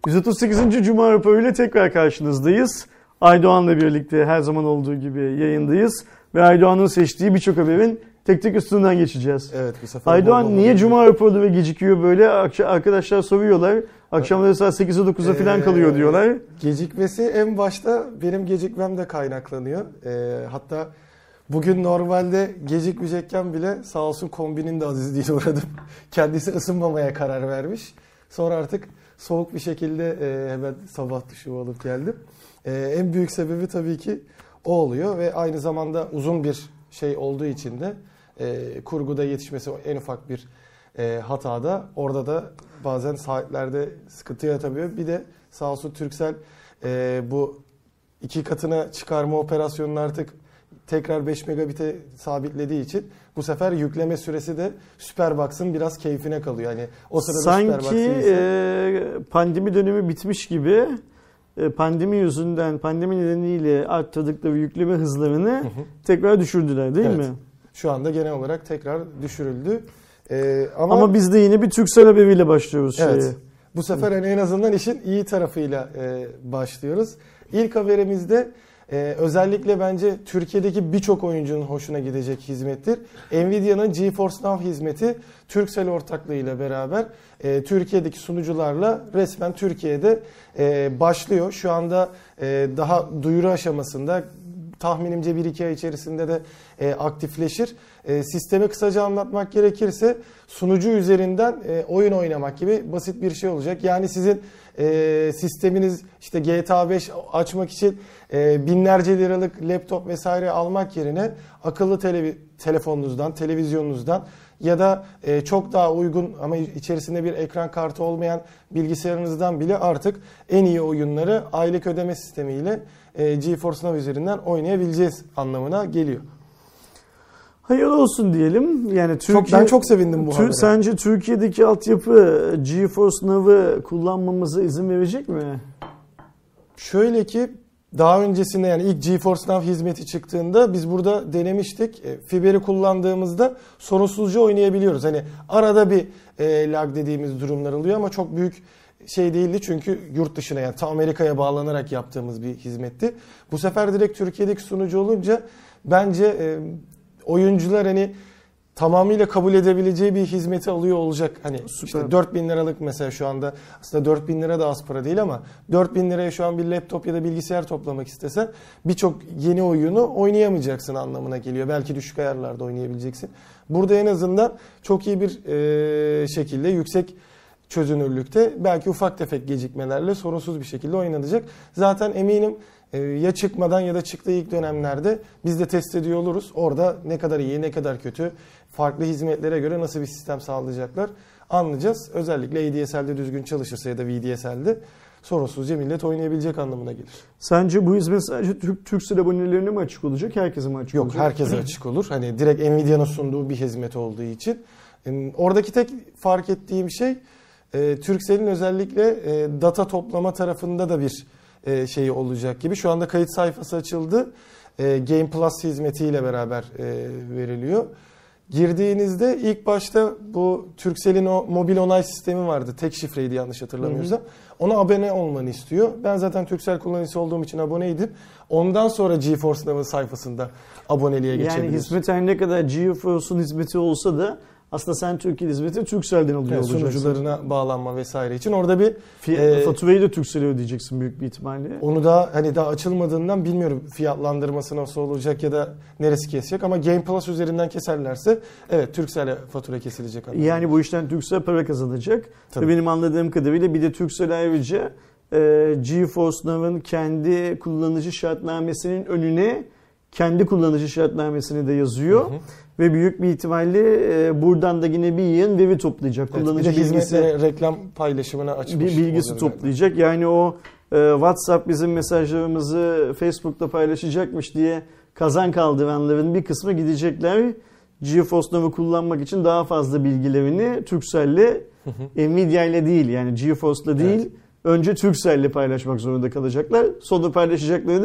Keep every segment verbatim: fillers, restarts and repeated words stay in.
yüz otuz sekizinci Cuma raporuyla tekrar karşınızdayız. Aydoğan'la birlikte her zaman olduğu gibi yayındayız. Ve Aydoğan'ın seçtiği birçok haberin tek tek üstünden geçeceğiz. Evet, bu sefer Aydoğan niye oldu. Cuma raporları gecikiyor böyle? Arkadaşlar soruyorlar. Akşamları saat sekize dokuza falan kalıyor diyorlar. Gecikmesi en başta benim gecikmem de kaynaklanıyor. Ee, hatta bugün normalde gecikmeyecekken bile sağ olsun kombinin de azizliğine uğradım. Kendisi ısınmamaya karar vermiş. Sonra artık soğuk bir şekilde e, hemen sabah duşumu alıp geldim. E, en büyük sebebi tabii ki o oluyor ve aynı zamanda uzun bir şey olduğu için de e, kurguda yetişmesi en ufak bir e, hatada orada da bazen saatlerde sıkıntı yaratabiliyor. Bir de sağ olsun Turkcell e, bu iki katına çıkarma operasyonunu artık tekrar beş megabit'e sabitlediği için bu sefer yükleme süresi de Superbox'ın biraz keyfine kalıyor. Yani o sırada sanki e, pandemi dönemi bitmiş gibi e, pandemi yüzünden, pandemi nedeniyle arttırdıkları yükleme hızlarını hı hı. tekrar düşürdüler değil evet. mi? Şu anda genel olarak tekrar düşürüldü. E, ama, ama biz de yine bir Turkcell haberiyle başlıyoruz. Evet. Şeye. Bu sefer hani en azından işin iyi tarafıyla e, başlıyoruz. İlk haberimizde Ee, özellikle bence Türkiye'deki birçok oyuncunun hoşuna gidecek hizmettir. Nvidia'nın GeForce Now hizmeti Turkcell ortaklığıyla beraber e, Türkiye'deki sunucularla resmen Türkiye'de e, başlıyor. Şu anda e, daha duyuru aşamasında, tahminimce bir iki ay içerisinde de e, aktifleşir. E, sistemi kısaca anlatmak gerekirse sunucu üzerinden e, oyun oynamak gibi basit bir şey olacak. Yani sizin e, sisteminiz işte G T A beş açmak için e, binlerce liralık laptop vesaire almak yerine akıllı televi- telefonunuzdan, televizyonunuzdan ya da e, çok daha uygun ama içerisinde bir ekran kartı olmayan bilgisayarınızdan bile artık en iyi oyunları aylık ödeme sistemiyle e, GeForce Now üzerinden oynayabileceğiz anlamına geliyor. Hayırlı olsun diyelim. Yani Türkiye, çok, ben çok sevindim bu habere. Sence Türkiye'deki altyapı GeForce Now'ı kullanmamıza izin verecek mi? Şöyle ki daha öncesinde yani ilk GeForce Now hizmeti çıktığında biz burada denemiştik. E, fiberi kullandığımızda sorunsuzca oynayabiliyoruz. Hani arada bir e, lag dediğimiz durumlar oluyor ama çok büyük şey değildi çünkü yurt dışına yani ta Amerika'ya bağlanarak yaptığımız bir hizmetti. Bu sefer direkt Türkiye'deki sunucu olunca bence e, oyuncular hani tamamıyla kabul edebileceği bir hizmeti alıyor olacak. Hani işte dört bin liralık mesela şu anda aslında dört bin lira da az para değil ama dört bin liraya şu an bir laptop ya da bilgisayar toplamak istesen birçok yeni oyunu oynayamayacaksın anlamına geliyor. Belki düşük ayarlarda oynayabileceksin. Burada en azından çok iyi bir e, şekilde yüksek çözünürlükte belki ufak tefek gecikmelerle sorunsuz bir şekilde oynanacak. Zaten eminim ya çıkmadan ya da çıktığı ilk dönemlerde biz de test ediyor oluruz. Orada ne kadar iyi, ne kadar kötü, farklı hizmetlere göre nasıl bir sistem sağlayacaklar anlayacağız. Özellikle A D S L'de düzgün çalışırsa ya da V D S L'de sorunsuzca millet oynayabilecek anlamına gelir. Sence bu hizmet sadece Türk Turkcell abonelerine mi açık olacak, herkese mi açık Yok, olacak? Yok, herkese açık olur. Hani direkt Nvidia'nın sunduğu bir hizmet olduğu için. Oradaki tek fark ettiğim şey Turkcell'in özellikle data toplama tarafında da bir şeyi olacak gibi. Şu anda kayıt sayfası açıldı. Game Plus hizmetiyle beraber veriliyor. Girdiğinizde ilk başta bu Turkcell'in o mobil onay sistemi vardı. Tek şifreydi yanlış hatırlamıyorsam. Hı hı. Ona abone olmanı istiyor. Ben zaten Turkcell kullanıcısı olduğum için aboneydim. Ondan sonra GeForce Now'ın sayfasında aboneliğe geçebiliyorsun. Yani hizmet her ne kadar GeForce'un hizmeti olsa da aslında sen Türkiye hizmeti Turkcell'den alıyor evet, olacaksın. Sunucularına bağlanma vesaire için orada bir Fiyat, e, faturayı da Turkcell'e ödeyeceksin büyük bir ihtimalle. Onu da hani daha açılmadığından bilmiyorum fiyatlandırması nasıl olacak ya da neresi kesecek ama Game Plus üzerinden keserlerse evet Turkcell'e fatura kesilecek. Anlamda. Yani bu işten Turkcell para kazanacak. Tabii. Ve benim anladığım kadarıyla bir de Turkcell ayrıca e, GeForce Now'ın kendi kullanıcı şartnamesinin önüne kendi kullanıcı şartnamesini de yazıyor. Hı hı. Ve büyük bir ihtimalle e, buradan da yine bir yığın veri toplayacak. Evet, kullanıcı bir de bilgisi, reklam paylaşımına açmış. Bir bilgisi toplayacak. Yani o e, WhatsApp bizim mesajlarımızı Facebook'ta paylaşacakmış diye kazan kaldıranların bir kısmı gidecekler. GeForce Now'ı kullanmak için daha fazla bilgilerini Turkcell'le, Nvidia ile değil yani GeForce'la değil. Evet. Önce Turkcell'le paylaşmak zorunda kalacaklar. Sonra paylaşacaklarını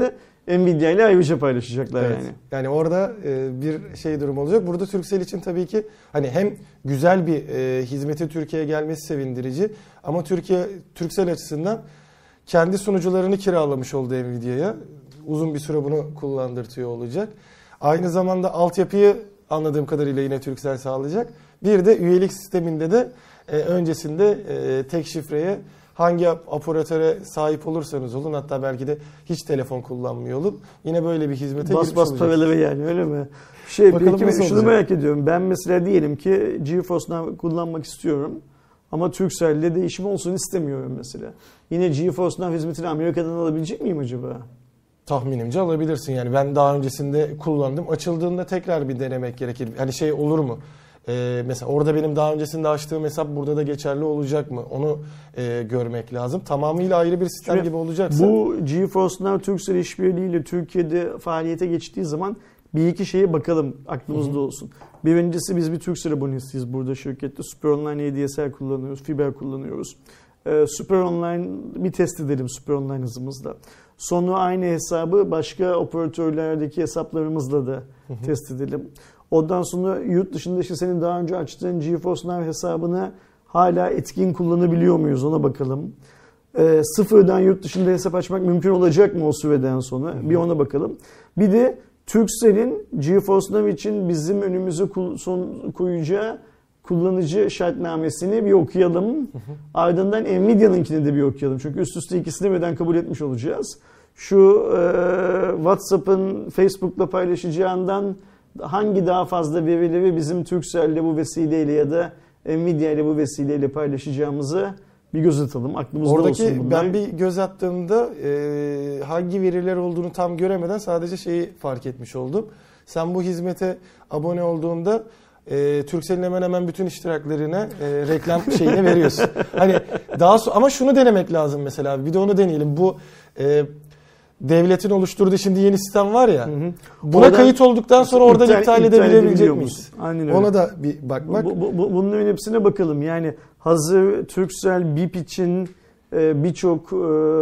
Nvidia ile ayrıca paylaşacaklar evet. yani. Yani orada e, bir şey durum olacak. Burada Turkcell için tabii ki hani hem güzel bir e, hizmetin Türkiye'ye gelmesi sevindirici ama Türkiye Turkcell açısından kendi sunucularını kiralamış oldu Nvidia'ya. Uzun bir süre bunu kullandırtıyor olacak. Aynı zamanda altyapıyı anladığım kadarıyla yine Turkcell sağlayacak. Bir de üyelik sisteminde de e, öncesinde e, tek şifreye hangi operatöre sahip olursanız olun, hatta belki de hiç telefon kullanmıyor olup yine böyle bir hizmete bas girmiş bas olacak. paraları yani, öyle mi? Şey, Bakalım peki nasıl şunu olacak? merak ediyorum. Ben mesela diyelim ki GeForce'dan kullanmak istiyorum. Ama Turkcell'le değişim olsun istemiyorum mesela. Yine GeForce'dan hizmetini Amerika'dan alabilecek miyim acaba? Tahminimce alabilirsin yani. Ben daha öncesinde kullandım. Açıldığında tekrar bir denemek gerekir. Hani şey olur mu? Ee, mesela orada benim daha öncesinde açtığım hesap burada da geçerli olacak mı? Onu e, görmek lazım. Tamamıyla ayrı bir sistem Şimdi gibi olacaksa. Bu GeForce'dan Turkcell işbirliğiyle Türkiye'de faaliyete geçtiği zaman bir iki şeye bakalım, aklımızda olsun. Birincisi, biz bir Turkcell abonesiyiz burada şirkette. Super Online A D S L kullanıyoruz, fiber kullanıyoruz. Ee, Super Online bir test edelim Super Online hızımızla. Sonra aynı hesabı başka operatörlerdeki hesaplarımızla da hı hı. test edelim. Ondan sonra yurt dışında işte senin daha önce açtığın GeForce Now hesabını hala etkin kullanabiliyor muyuz, ona bakalım. Ee, sıfırdan yurt dışında hesap açmak mümkün olacak mı o süreden sonra? Hı hı. Bir ona bakalım. Bir de Turkcell'in GeForce Now için bizim önümüze son koyacağı kullanıcı şartnamesini bir okuyalım. Hı hı. Ardından Nvidia'nınkini de bir okuyalım. Çünkü üst üste ikisini birden kabul etmiş olacağız. Şu e, WhatsApp'ın Facebook'la paylaşacağından hangi daha fazla verileri bizim Turkcell'le bu vesileyle ya da Nvidia ile bu vesileyle paylaşacağımızı bir göz atalım. Aklımızda Oradaki olsun bunlar. Ben bir göz attığımda e, hangi veriler olduğunu tam göremeden sadece şeyi fark etmiş oldum. Sen bu hizmete abone olduğunda e, Turkcell'in hemen hemen bütün iştiraklerine e, reklam şeyini veriyorsun. Hani daha so- ama şunu denemek lazım mesela. Bir de onu deneyelim. Bu e, devletin oluşturduğu şimdi yeni sistem var ya. Hı hı. Buna oradan, kayıt olduktan sonra oradan iptal, iptal edebilebilecek miyiz? Aynen öyle. Ona da bir bakmak. Bu, bu, bu, bunların hepsine bakalım. Yani hazır Turkcell B I P için e, birçok e,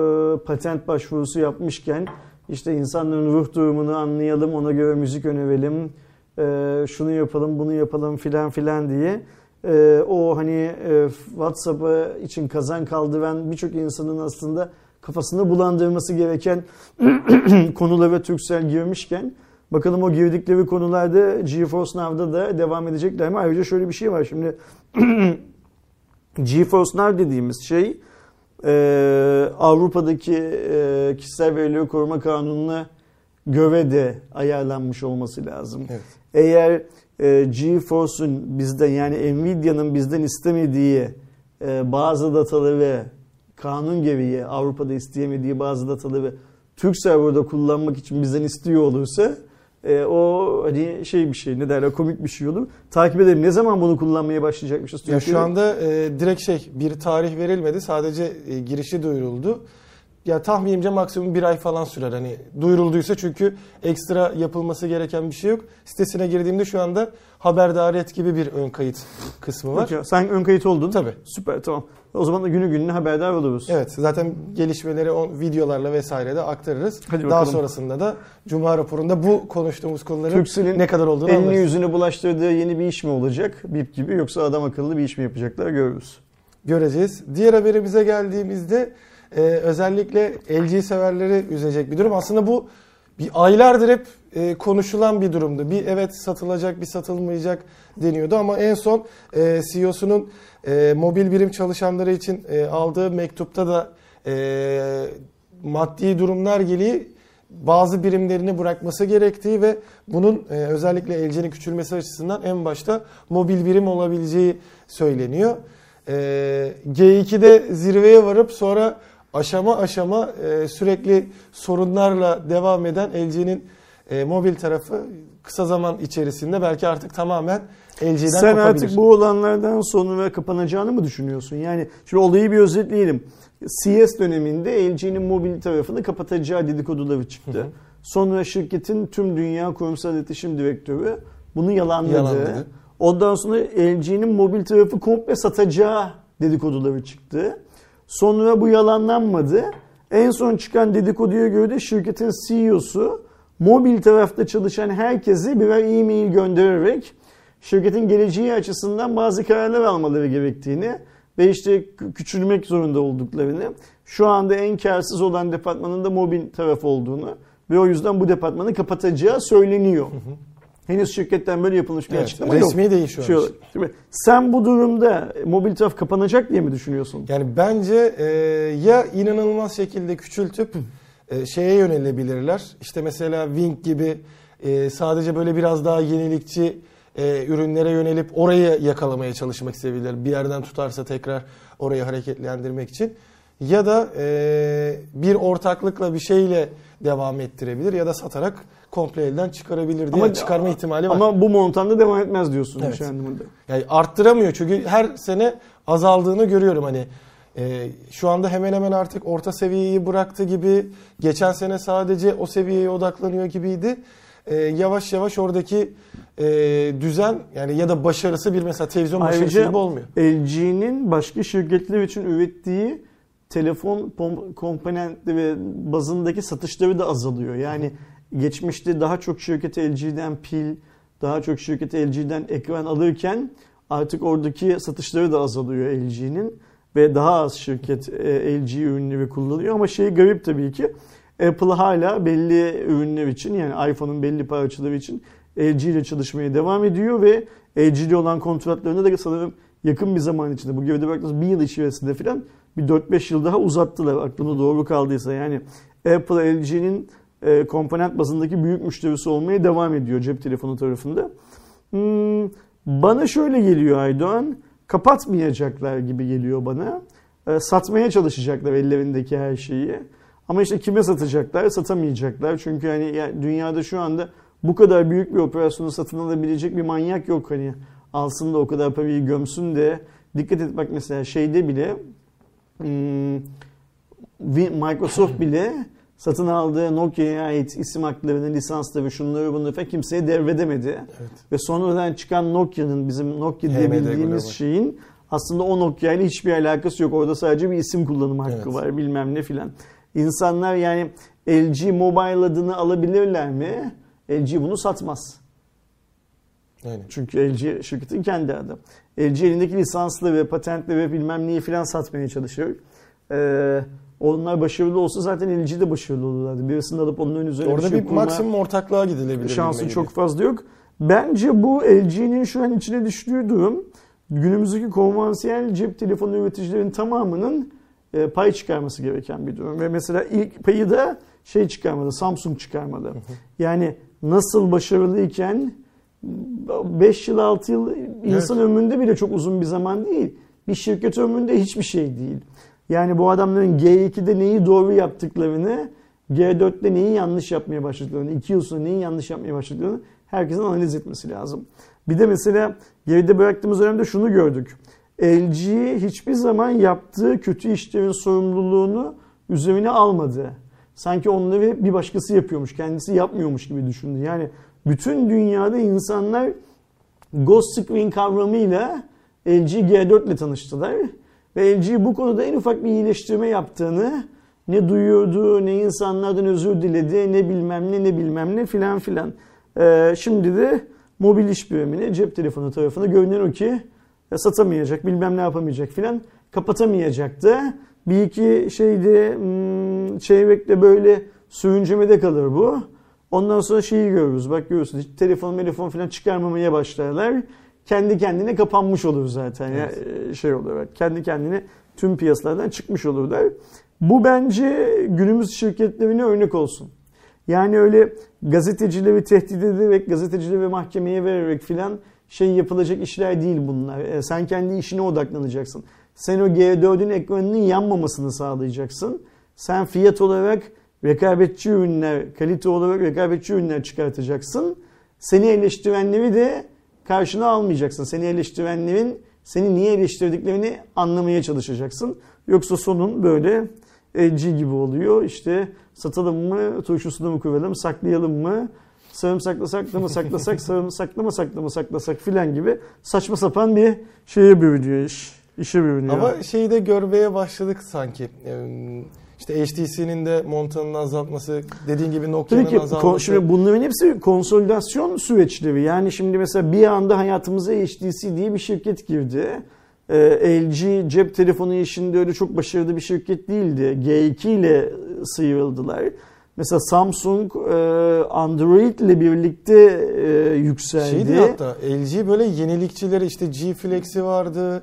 patent başvurusu yapmışken işte insanların ruh durumunu anlayalım, ona göre müzik önerelim, e, şunu yapalım, bunu yapalım filan filan diye. E, o hani e, WhatsApp'a için kazan kaldıran birçok insanın aslında kafasını bulandırması gereken konulara Turkcell girmişken bakalım o girdikleri konularda GeForce Now'da da devam edecekler mi? Ayrıca şöyle bir şey var şimdi. GeForce Now dediğimiz şey e, Avrupa'daki e, kişisel verileri koruma kanununa göre de ayarlanmış olması lazım. Evet. Eğer e, GeForce'un bizden, yani Nvidia'nın bizden istemediği e, bazı dataları kanun gereği Avrupa'da isteyemediği bazı dataları Türk serverda kullanmak için bizden istiyor olursa e, o hani şey bir şey, ne derler, komik bir şey olur. Takip edelim. Ne zaman bunu kullanmaya başlayacakmışız? Ya şu anda e, direkt şey bir tarih verilmedi. Sadece e, girişi duyuruldu. Ya tahminimce maksimum bir ay falan sürer. Hani duyurulduysa, çünkü ekstra yapılması gereken bir şey yok. Sitesine girdiğimde şu anda haberdaret gibi bir ön kayıt kısmı var. Peki, sen ön kayıt oldun. Tabii. Süper, tamam. O zaman da günü gününe haberdar oluruz. Evet, zaten gelişmeleri on videolarla vesaire de aktarırız. Hadi Daha bakalım. sonrasında da Cuma raporunda bu konuştuğumuz konuların Turkcell'in ne kadar olduğunu elini anlarız. yüzünü bulaştırdığı yeni bir iş mi olacak? B I P gibi, yoksa adam akıllı bir iş mi yapacaklar, görürüz. Göreceğiz. Diğer haberimize geldiğimizde e, özellikle L G severleri üzecek bir durum. Aslında bu bir aylardır hep e, konuşulan bir durumdu. Bir evet satılacak, bir satılmayacak deniyordu ama en son e, C E O'sunun e, mobil birim çalışanları için e, aldığı mektupta da e, maddi durumlar gereği bazı birimlerini bırakması gerektiği ve bunun e, özellikle L G'nin küçülmesi açısından en başta mobil birim olabileceği söyleniyor. E, G iki'de zirveye varıp sonra aşama aşama e, sürekli sorunlarla devam eden L G'nin e, mobil tarafı kısa zaman içerisinde belki artık tamamen L G'den Sen kopabilir. artık bu olanlardan sonra kapanacağını mı düşünüyorsun? Yani şimdi olayı bir özetleyelim. C S döneminde L G'nin mobil tarafını kapatacağı dedikoduları çıktı. Hı hı. Sonra şirketin tüm dünya kurumsal iletişim direktörü bunu yalanladı. yalanladı. Ondan sonra L G'nin mobil tarafı komple satacağı dedikoduları çıktı. Sonra bu yalanlanmadı. En son çıkan dedikoduya göre de şirketin C E O'su mobil tarafta çalışan herkese birer e-mail göndererek şirketin geleceği açısından bazı kararlar almaları gerektiğini ve işte küçülmek zorunda olduklarını, şu anda en karsız olan departmanın da mobil taraf olduğunu ve o yüzden bu departmanı kapatacağı söyleniyor. Hı hı. Henüz şirketten böyle yapılmış bir evet, açıklama resmi yok. Resmi değil şu an. Şu, sen bu durumda mobil taraf kapanacak diye mi düşünüyorsun? Yani bence e, ya inanılmaz şekilde küçültüp e, şeye yönelebilirler. İşte mesela Wing gibi e, sadece böyle biraz daha yenilikçi e, ürünlere yönelip orayı yakalamaya çalışmak isteyebilirler. Bir yerden tutarsa tekrar orayı hareketlendirmek için. Ya da e, bir ortaklıkla bir şeyle devam ettirebilir ya da satarak komple elden çıkarabilir diye ama, çıkarma ihtimali var. Ama bu montanda devam etmez diyorsun. Evet. Yani arttıramıyor çünkü her sene azaldığını görüyorum. Hani e, şu anda hemen hemen artık orta seviyeyi bıraktı gibi. Geçen sene sadece o seviyeye odaklanıyor gibiydi. E, yavaş yavaş oradaki e, düzen yani ya da başarısı bir mesela televizyon başarısı ayrıca gibi olmuyor. L G'nin başka şirketler için ürettiği telefon komponentleri ve bazındaki satışları da azalıyor. Yani geçmişte daha çok şirket L G'den pil, daha çok şirket L G'den ekran alırken artık oradaki satışları da azalıyor L G'nin ve daha az şirket L G ürünleri kullanıyor. Ama şey garip tabii ki Apple hala belli ürünler için yani iPhone'un belli parçaları için L G ile çalışmaya devam ediyor ve L G ile olan kontratlarını da sanırım yakın bir zaman içinde bu geride baktığımız bir yıl içerisinde falan bir dört beş yıl daha uzattılar aklımda doğru kaldıysa. Yani Apple L G'nin e, komponent bazındaki büyük müşterisi olmaya devam ediyor cep telefonu tarafında. Hmm, bana şöyle geliyor Aydoğan, kapatmayacaklar gibi geliyor bana. E, satmaya çalışacaklar ellerindeki her şeyi. Ama işte kime satacaklar? Satamayacaklar. Çünkü hani yani dünyada şu anda bu kadar büyük bir operasyonu satın alabilecek bir manyak yok. Hani alsın da o kadar parayı gömsün de. Dikkat et bak mesela şeyde bile Microsoft bile satın aldığı Nokia'ya ait isim haklarını, lisansları, şunları bunları falan kimseye devredemedi. Evet. Ve sonradan çıkan Nokia'nın bizim Nokia diye bildiğimiz şeyin aslında o Nokia ile hiçbir alakası yok. Orada sadece bir isim kullanım hakkı evet. var bilmem ne filan. İnsanlar yani L G Mobile adını alabilirler mi? L G bunu satmaz. Aynen. Çünkü L G şirketin kendi adı. L G elindeki lisanslı ve patentli ve bilmem neyi filan satmaya çalışıyor. Ee, onlar başarılı olsa zaten L G de başarılı olurlardı. Birisini alıp onun üzerine orada bir şey bir maksimum ortaklığa gidilebilir. Şansı çok gibi. Fazla yok. Bence bu L G'nin şu an içine düştüğü durum günümüzdeki konvansiyonel cep telefonu üreticilerin tamamının e, pay çıkarması gereken bir durum. Ve mesela ilk payı da şey çıkarmadı, Samsung çıkarmadı. Hı hı. Yani nasıl başarılıyken beş yıl altı yıl insan evet. ömründe bile çok uzun bir zaman değil. Bir şirket ömründe hiçbir şey değil. Yani bu adamların G iki'de neyi doğru yaptıklarını, G dört'te neyi yanlış yapmaya başladıklarını, iki yıl sonra neyi yanlış yapmaya başladıklarını herkesin analiz etmesi lazım. Bir de mesela geride bıraktığımız dönemde şunu gördük. L G hiçbir zaman yaptığı kötü işlerin sorumluluğunu üzerine almadı. Sanki onları bir başkası yapıyormuş, kendisi yapmıyormuş gibi düşündü. Yani bütün dünyada insanlar Ghost Screen kavramıyla L G G dört ile tanıştılar. Ve L G bu konuda en ufak bir iyileştirme yaptığını ne duyuyordu, ne insanlardan özür diledi, ne bilmem ne, ne bilmem ne filan filan. Ee, şimdi de mobil iş birimine, cep telefonu tarafına görünen o ki satamayacak, bilmem ne yapamayacak filan, kapatamayacak da. Bir iki şeyde hmm, çeyrekle böyle sürüncemede kalır bu. Ondan sonra şeyi görürüz. Bak görüyorsunuz telefon telefon falan çıkarmamaya başlarlar. Kendi kendine kapanmış olur zaten. Evet. Yani şey olur. Kendi kendine tüm piyasalardan çıkmış olurlar. Bu bence günümüz şirketlerine örnek olsun. Yani öyle gazetecileri tehdit ederek, gazetecileri mahkemeye vererek filan şey yapılacak işler değil bunlar. Sen kendi işine odaklanacaksın. Sen o G dört'ün ekranının yanmamasını sağlayacaksın. Sen fiyat olarak rekabetçi ürünler, kalite olarak rekabetçi ürünler çıkartacaksın. Seni eleştirenleri de karşına almayacaksın. Seni eleştirenlerin seni niye eleştirdiklerini anlamaya çalışacaksın. Yoksa sonun böyle L G gibi oluyor. İşte satalım mı, turşusunu mu koyalım, saklayalım mı, sarımsaklasak da mı saklasak, sarımsakla mı saklama saklasak filan gibi saçma sapan bir şeye bürünüyor iş. İşe bürünüyor. Ama şeyi de görmeye başladık sanki. İşte H T C'nin de montanını azaltması, dediğin gibi Nokia'nın Peki, azalması. Şimdi bunların hepsi konsolidasyon süreçleri. Yani şimdi mesela bir anda hayatımıza H T C diye bir şirket girdi. Ee, L G cep telefonu işinde öyle çok başarılı bir şirket değildi. G iki ile sıyrıldılar. Mesela Samsung Android ile birlikte yükseldi. Şeydi hatta L G böyle yenilikçileri, işte G Flex'i vardı.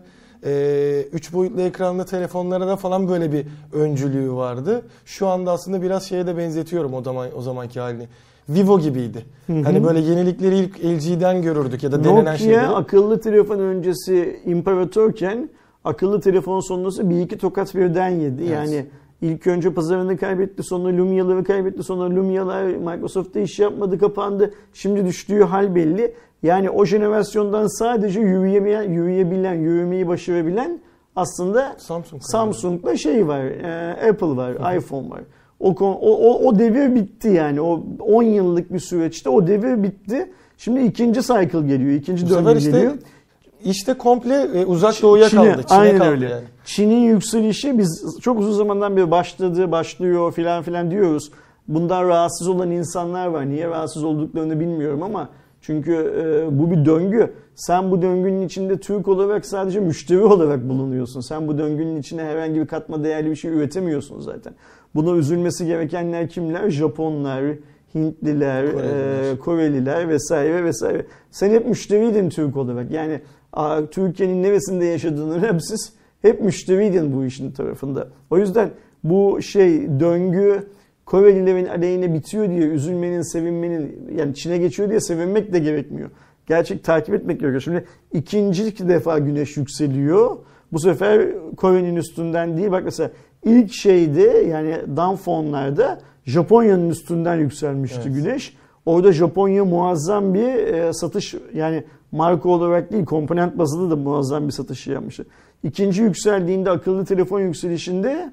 Üç boyutlu ekranlı telefonlara da falan böyle bir öncülüğü vardı. Şu anda aslında biraz şeye de benzetiyorum o zaman o zamanki halini. Vivo gibiydi. Hı hı. Hani böyle yenilikleri ilk L G'den görürdük ya da Nokia, denenen şeyleri. Nokia akıllı telefon öncesi imparatorken akıllı telefon sonrası bir iki tokat birden yedi. Evet. Yani ilk önce pazarını kaybetti, sonra Lumia'ları kaybetti, sonra Lumia'lar Microsoft'ta iş yapmadı, kapandı. Şimdi düştüğü hal belli. Yani o jenerasyondan sadece yürüyemeyen, yürüyebilen, yürümeyi başarabilen aslında Samsung Samsung'la şey var, e, Apple var, Hı-hı. iPhone var. O, o, o devir bitti yani. O on yıllık bir süreçte o devir bitti. Şimdi ikinci cycle geliyor, ikinci Bu döngü işte, geliyor. İşte komple uzak doğuya Çin'e, kaldı. Çin'e aynen kaldı öyle. Yani. Çin'in yükselişi biz çok uzun zamandan beri başladı, başlıyor filan filan diyoruz. Bundan rahatsız olan insanlar var. Niye rahatsız olduklarını bilmiyorum ama çünkü e, bu bir döngü. Sen bu döngünün içinde Türk olarak sadece müşteri olarak bulunuyorsun. Sen bu döngünün içine herhangi bir katma değerli bir şey üretemiyorsun zaten. Buna üzülmesi gerekenler kimler? Japonlar, Hintliler, Koreliler, e, Koreliler vesaire vesaire. Sen hep müşteriydin Türk olarak. Yani a, Türkiye'nin neresinde yaşadığını önemsiz. Hep müşteriydin bu işin tarafında. O yüzden bu şey döngü Korelilerin aleyhine bitiyor diye üzülmenin, sevinmenin, yani Çin'e geçiyor diye sevinmek de gerekmiyor. Gerçek takip etmek gerekiyor. Şimdi ikinci defa güneş yükseliyor. Bu sefer Kore'nin üstünden değil. Bak mesela ilk şeyde yani Danfonlar'da Japonya'nın üstünden yükselmişti evet. güneş. Orada Japonya muazzam bir e, satış, yani marka olarak değil komponent bazında da muazzam bir satış yapmıştı. İkinci yükseldiğinde akıllı telefon yükselişinde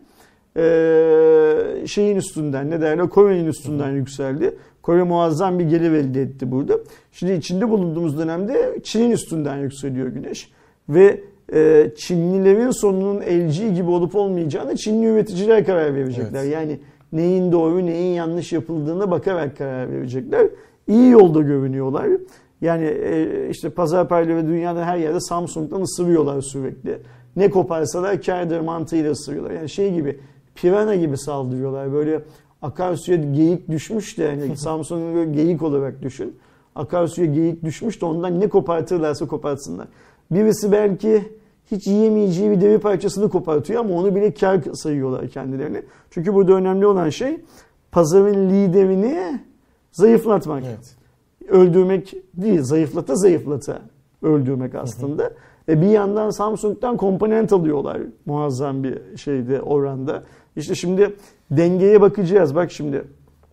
e, şeyin üstünden ne derler Kore'nin üstünden Hı. yükseldi. Kore muazzam bir gelir elde etti burada. Şimdi içinde bulunduğumuz dönemde Çin'in üstünden yükseliyor güneş. Ve e, Çinlilerin sonunun L G gibi olup olmayacağını Çinli üreticiler karar verecekler. Evet. Yani neyin doğru neyin yanlış yapıldığına bakarak karar verecekler. İyi yolda görünüyorlar. Yani e, işte pazar payları ve dünyada her yerde Samsung'dan ısırıyorlar sürekli. Ne koparsalar kârdır mantığıyla ısırıyorlar. Yani şey gibi pirana gibi saldırıyorlar. Böyle akarsuya geyik düşmüş de yani Samsung'un böyle geyik olarak düşün. Akarsuya geyik düşmüş de ondan ne kopartırlarsa kopartsınlar. Birisi belki hiç yiyemeyeceği bir deri parçasını kopartıyor ama onu bile kar sayıyorlar kendilerini. Çünkü burada önemli olan şey pazarın liderini zayıflatmak. Evet. Öldürmek değil, zayıflata zayıflata öldürmek aslında. Hı hı. E bir yandan Samsung'dan komponent alıyorlar muazzam bir şeyde oranda. İşte şimdi dengeye bakacağız. Bak şimdi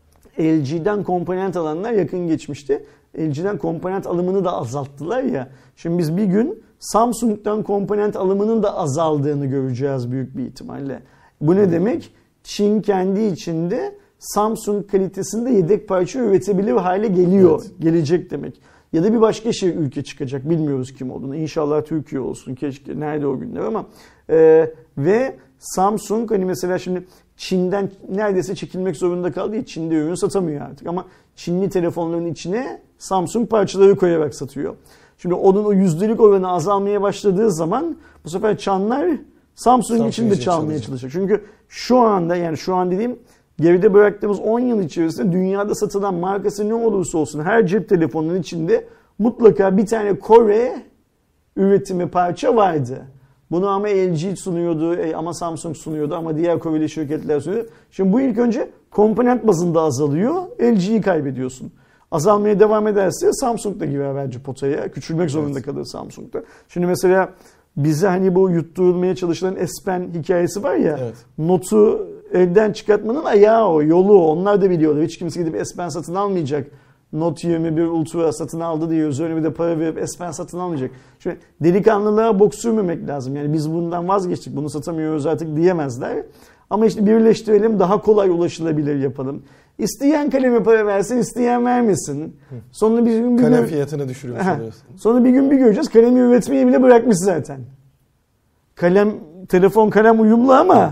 L G'den komponent alanlar yakın geçmişti. L G'den komponent alımını da azalttılar ya. Şimdi biz bir gün Samsung'dan komponent alımının da azaldığını göreceğiz büyük bir ihtimalle. Bu ne demek? Çin kendi içinde Samsung kalitesinde yedek parça üretebilir hale geliyor. Evet. Gelecek demek. Ya da bir başka şey ülke çıkacak. Bilmiyoruz kim olduğunu. İnşallah Türkiye olsun. Keşke. Nerede o günler ama. Ee, ve Samsung hani mesela şimdi Çin'den neredeyse çekilmek zorunda kaldı ya. Çin'de ürün satamıyor artık. Ama Çinli telefonların içine Samsung parçaları koyarak satıyor. Şimdi onun o yüzdelik oranı azalmaya başladığı zaman bu sefer çanlar Samsung, Samsung için de çalmaya çalışacak. Çünkü şu anda yani şu an dediğim geride bıraktığımız on yıl içerisinde dünyada satılan markası ne olursa olsun her cep telefonunun içinde mutlaka bir tane Kore üretimi parça vardı. Bunu ama L G sunuyordu, ama Samsung sunuyordu, ama diğer Koreli şirketler sunuyordu. Şimdi bu ilk önce komponent bazında azalıyor, L G'yi kaybediyorsun. Azalmaya devam ederse Samsung da girer bence potaya. Küçülmek zorunda evet. kalır Samsung'da. Şimdi mesela bize hani bu yutturulmaya çalışılan S Pen hikayesi var ya. Evet. Note'u elden çıkartmanın ayağı o, yolu. Onlar da biliyorlar. Hiç kimse gidip S Pen satın almayacak. Note yirmi bir Ultra satın aldı diye üzerine bir de para verip S Pen satın almayacak. Şimdi delikanlılığa bok sürmemek lazım. Yani biz bundan vazgeçtik. Bunu satamıyoruz artık diyemezler. Ama işte birleştirelim, daha kolay ulaşılabilir yapalım. İsteyen kaleme para versin, isteyen vermesin. Sonra bir gün bir kalem gün, fiyatını düşürmüş oluyorsun. Sonra bir gün bir göreceğiz. Kalemi üretmeyi bile bırakmış zaten. Kalem, telefon kalem uyumlu ama evet.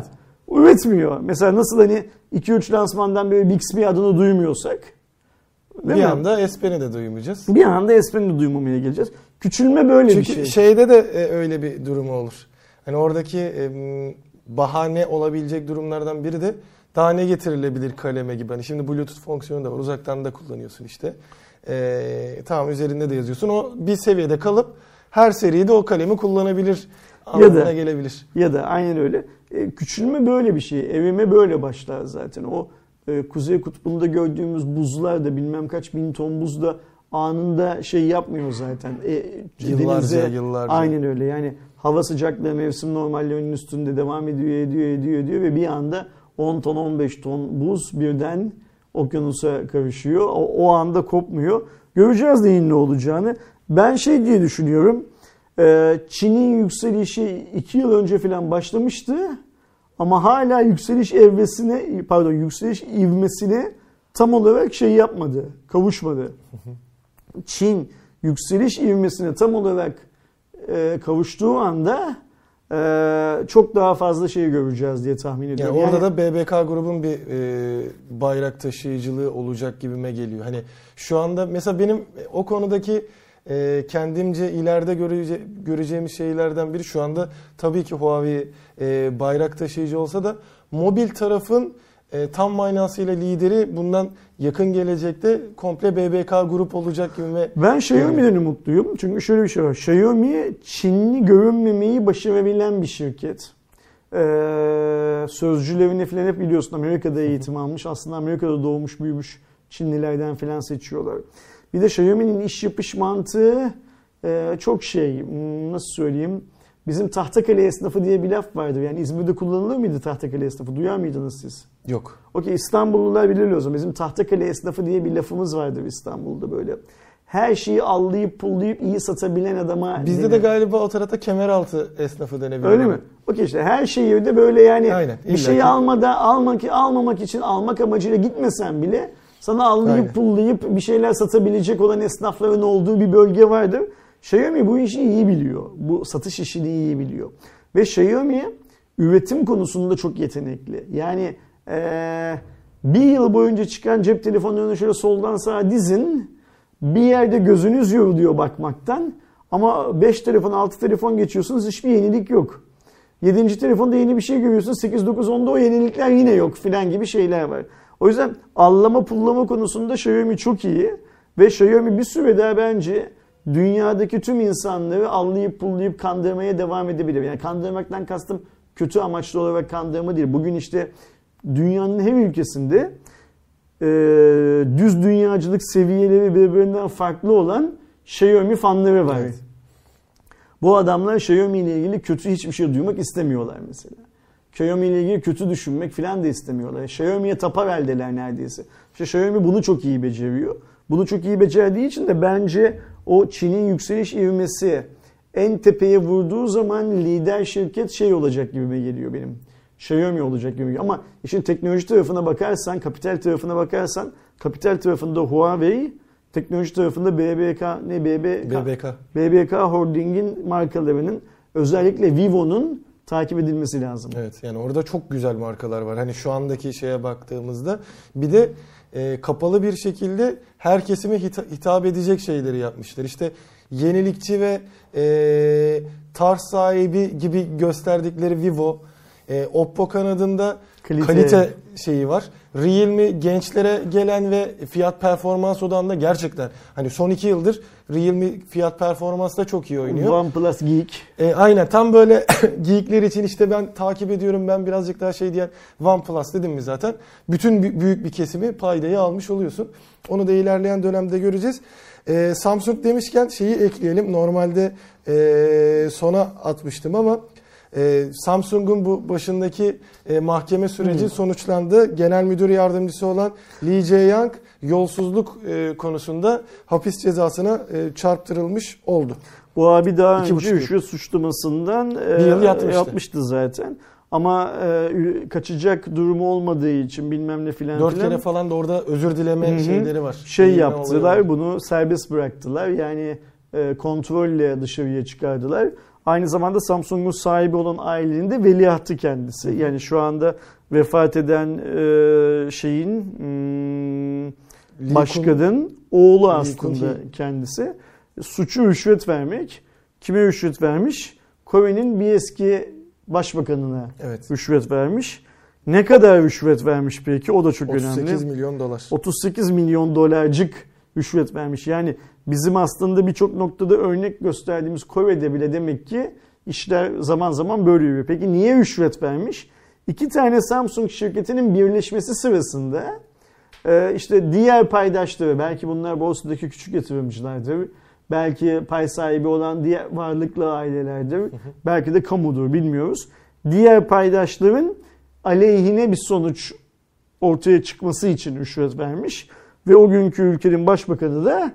üretmiyor. Mesela nasıl hani iki üç lansmandan böyle Bixby adını duymuyorsak. Bir mi? anda S Pen'i de duymayacağız. Bir anda S Pen'i de duymamaya geleceğiz. Küçülme böyle Çünkü bir şey. Çünkü şeyde de öyle bir durum olur. Hani oradaki bahane olabilecek durumlardan biri de daha ne getirilebilir kaleme gibi. Hani şimdi Bluetooth fonksiyonu da var. Uzaktan da kullanıyorsun işte. Ee, tamam üzerinde de yazıyorsun. O bir seviyede kalıp her seride o kalemi kullanabilir anlamına ya da, gelebilir. Ya da aynen öyle. E, küçülme böyle bir şey. Evime böyle başlar zaten. O e, Kuzey Kutbu'nda gördüğümüz buzlar da bilmem kaç bin ton buz da anında şey yapmıyor zaten. E, yıllarca denize, yıllarca. Aynen öyle. Yani hava sıcaklığı mevsim normallerinin üstünde devam ediyor, ediyor, ediyor, ediyor ve bir anda on ton on beş ton buz birden okyanusa karışıyor. O, o anda kopmuyor. Göreceğiz neyin ne olacağını. Ben şey diye düşünüyorum. Çin'in yükselişi iki yıl önce falan başlamıştı. Ama hala yükseliş evresine, pardon yükseliş ivmesine tam olarak şey yapmadı. Kavuşmadı. Çin yükseliş ivmesine tam olarak kavuştuğu anda çok daha fazla şey göreceğiz diye tahmin ediyorum. Yani orada yani, da B B K grubun bir e, bayrak taşıyıcılığı olacak gibime geliyor. Hani şu anda mesela benim o konudaki e, kendimce ileride görece, göreceğimiz şeylerden biri şu anda tabii ki Huawei e, bayrak taşıyıcı olsa da mobil tarafın e, tam manasıyla lideri bundan yakın gelecekte komple B B K grup olacak gibime. Ben Xiaomi'den umutluyum. Çünkü şöyle bir şey var. Xiaomi Çinli görünmemeyi başarabilen bir şirket. Ee, sözcülerini falan hep biliyorsun Amerika'da eğitim almış. Aslında Amerika'da doğmuş büyümüş Çinlilerden falan seçiyorlar. Bir de Xiaomi'nin iş yapış mantığı e, çok şey nasıl söyleyeyim. Bizim Tahtakale esnafı diye bir laf vardır. Yani İzmir'de kullanılır mıydı Tahtakale esnafı? Duyar mıydınız siz? Yok. Okey, İstanbullular bilir o zaman. Bizim Tahtakale esnafı diye bir lafımız vardır İstanbul'da böyle. Her şeyi allayıp pullayıp iyi satabilen adama... Bizde denir. De galiba o tarafta kemeraltı esnafı denebilir. Öyle mi? Okey işte her şeyi de böyle yani aynen, bir şeyi almadan almak, almamak için almak amacıyla gitmesen bile sana allayıp aynen. pullayıp bir şeyler satabilecek olan esnafların olduğu bir bölge vardır. Xiaomi bu işi iyi biliyor. Bu satış işini iyi biliyor. Ve Xiaomi üretim konusunda çok yetenekli. Yani ee, bir yıl boyunca çıkan cep telefonlarını şöyle soldan sağa dizin. Bir yerde gözünüz yoruluyor bakmaktan. Ama beş telefon, altı telefon geçiyorsunuz, hiçbir yenilik yok. yedinci telefonda yeni bir şey görüyorsunuz. sekiz, dokuz, onda o yenilikler yine yok filan gibi şeyler var. O yüzden allama pullama konusunda Xiaomi çok iyi. Ve Xiaomi bir süre daha bence dünyadaki tüm insanları allayıp pullayıp kandırmaya devam edebilir. Yani kandırmaktan kastım kötü amaçlı olarak kandırma değil. Bugün işte dünyanın her ülkesinde e, düz dünyacılık seviyeleri birbirinden farklı olan Xiaomi fanları var. Evet. Bu adamlar Xiaomi ile ilgili kötü hiçbir şey duymak istemiyorlar mesela. Xiaomi ile ilgili kötü düşünmek falan da istemiyorlar. Xiaomi'ye tapar eldeler neredeyse. İşte Xiaomi bunu çok iyi beceriyor. Bunu çok iyi becerdiği için de bence o Çin'in yükseliş ivmesi en tepeye vurduğu zaman lider şirket şey olacak gibime geliyor benim. Xiaomi olacak gibi. Ama işin teknoloji tarafına bakarsan, kapital tarafına bakarsan, kapital tarafında Huawei, teknoloji tarafında B B K, ne B B K? B B K. B B K Holding'in markalarının özellikle Vivo'nun takip edilmesi lazım. Evet, yani orada çok güzel markalar var. Hani şu andaki şeye baktığımızda bir de e, kapalı bir şekilde her kesime hita- hitap edecek şeyleri yapmışlar. İşte yenilikçi ve e, tarz sahibi gibi gösterdikleri Vivo, e, Oppo kanadında kalite. kalite şeyi var. Realme gençlere gelen ve fiyat performans odağında gerçekten hani son iki yıldır Realme fiyat performansla çok iyi oynuyor. OnePlus Geek. E, aynen tam böyle geekler için işte ben takip ediyorum, ben birazcık daha şey diyen OnePlus dedim mi zaten. Bütün büyük bir kesimi paydayı almış oluyorsun. Onu da ilerleyen dönemde göreceğiz. Ee, Samsung demişken şeyi ekleyelim. Normalde e, sona atmıştım ama e, Samsung'un bu başındaki e, mahkeme süreci hmm. sonuçlandı. Genel müdür yardımcısı olan Lee Jae-young yolsuzluk e, konusunda hapis cezasına e, çarptırılmış oldu. Bu abi daha İki önce rüşvet suçlamasından e, yıl yatmıştı. yapmıştı zaten. Ama e, kaçacak durumu olmadığı için bilmem ne filan Dört filan. kere falan da orada özür dileme Hı-hı. şeyleri var. Şey Bilmem yaptılar, bunu serbest bıraktılar. Yani e, kontrolle dışarıya çıkardılar. Aynı zamanda Samsung'un sahibi olan ailenin de veliahtı kendisi. Yani şu anda vefat eden e, şeyin hmm, başkanın oğlu aslında kendisi. Suçu rüşvet vermek. Kime rüşvet vermiş? Kore'nin bir eski başbakanına evet. rüşvet vermiş. Ne kadar rüşvet vermiş peki? O da çok otuz sekiz önemli. otuz sekiz milyon dolar. otuz sekiz milyon dolarcık rüşvet vermiş. Yani bizim aslında birçok noktada örnek gösterdiğimiz Kore'de bile demek ki işler zaman zaman böyle yürüyor. Peki niye rüşvet vermiş? İki tane Samsung şirketinin birleşmesi sırasında işte diğer paydaşları, belki bunlar borsadaki küçük yatırımcılardır, belki pay sahibi olan diğer varlıklı ailelerdir, hı hı. belki de kamudur, bilmiyoruz. Diğer paydaşların aleyhine bir sonuç ortaya çıkması için rüşvet vermiş ve o günkü ülkenin başbakanı da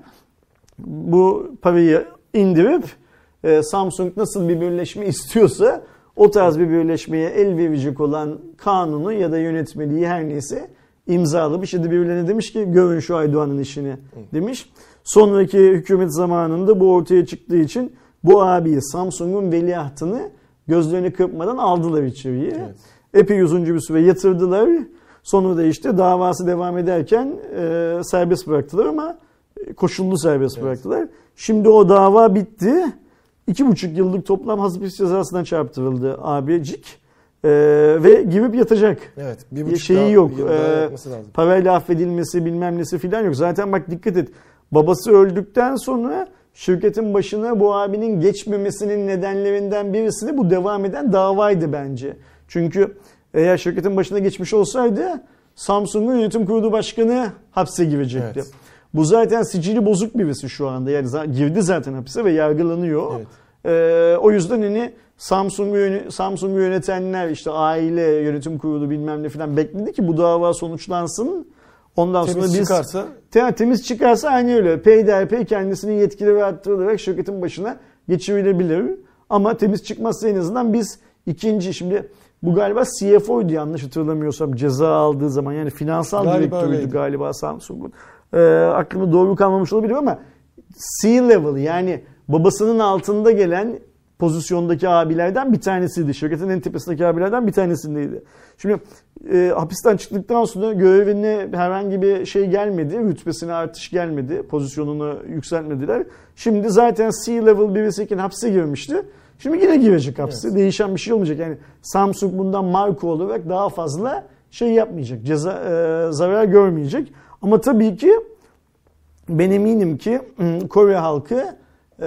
bu parayı indirip Samsung nasıl bir birleşme istiyorsa o tarz bir birleşmeye el verecek olan kanunu ya da yönetmeliği her neyse imzalamış. Şimdi birilerine demiş ki görün şu Aydoğan'ın işini demiş. Sonraki hükümet zamanında bu ortaya çıktığı için bu abiyi, Samsung'un veliahtını gözlerini kırpmadan aldılar içeriye. Evet. Epey uzunca bir süre yatırdılar. Sonra da işte davası devam ederken e, serbest bıraktılar ama koşullu serbest evet. bıraktılar. Şimdi o dava bitti. İki buçuk yıllık toplam hapis cezasından çarptırıldı abicik. Ee, ve girip yatacak. Evet, bir buçuk şeyi yok. Ee, parayla affedilmesi bilmem nesi filan yok. Zaten bak dikkat et. Babası öldükten sonra şirketin başına bu abinin geçmemesinin nedenlerinden birisi bu devam eden davaydı bence. Çünkü eğer şirketin başına geçmiş olsaydı Samsung'un yönetim kurulu başkanı hapse girecekti. Evet. Bu zaten sicili bozuk birisi şu anda. Yani girdi zaten hapise ve yargılanıyor. Evet. Ee, o yüzden hani Samsung'u yönet- Samsung'u yönetenler işte aile, yönetim kurulu bilmem ne falan bekledi ki bu dava sonuçlansın. Ondan temiz sonra biz çıkarsa te- temiz çıkarsa aynı öyle. Peyderpey kendisini yetkili ve arttırılarak şirketin başına geçirilebilir. Ama temiz çıkmazsa en azından biz ikinci şimdi bu galiba C F O'ydu yanlış hatırlamıyorsam ceza aldığı zaman yani finansal galiba direktörüydü öyleydi. galiba Samsung'un. Ee, aklımda doğru kalmamış olabilir ama C-level yani babasının altında gelen pozisyondaki abilerden bir tanesiydi. Şirketin en tepesindeki abilerden bir tanesindeydi. Şimdi e, hapisten çıktıktan sonra görevine herhangi bir şey gelmedi. Rütbesine artış gelmedi. Pozisyonunu yükseltmediler. Şimdi zaten C-level birisiyken hapse girmişti. Şimdi yine girecek hapse. Evet. Değişen bir şey olmayacak. Yani Samsung bundan marka olarak daha fazla şey yapmayacak. Ceza, e, zarar görmeyecek. Ama tabii ki ben eminim ki Kore halkı e,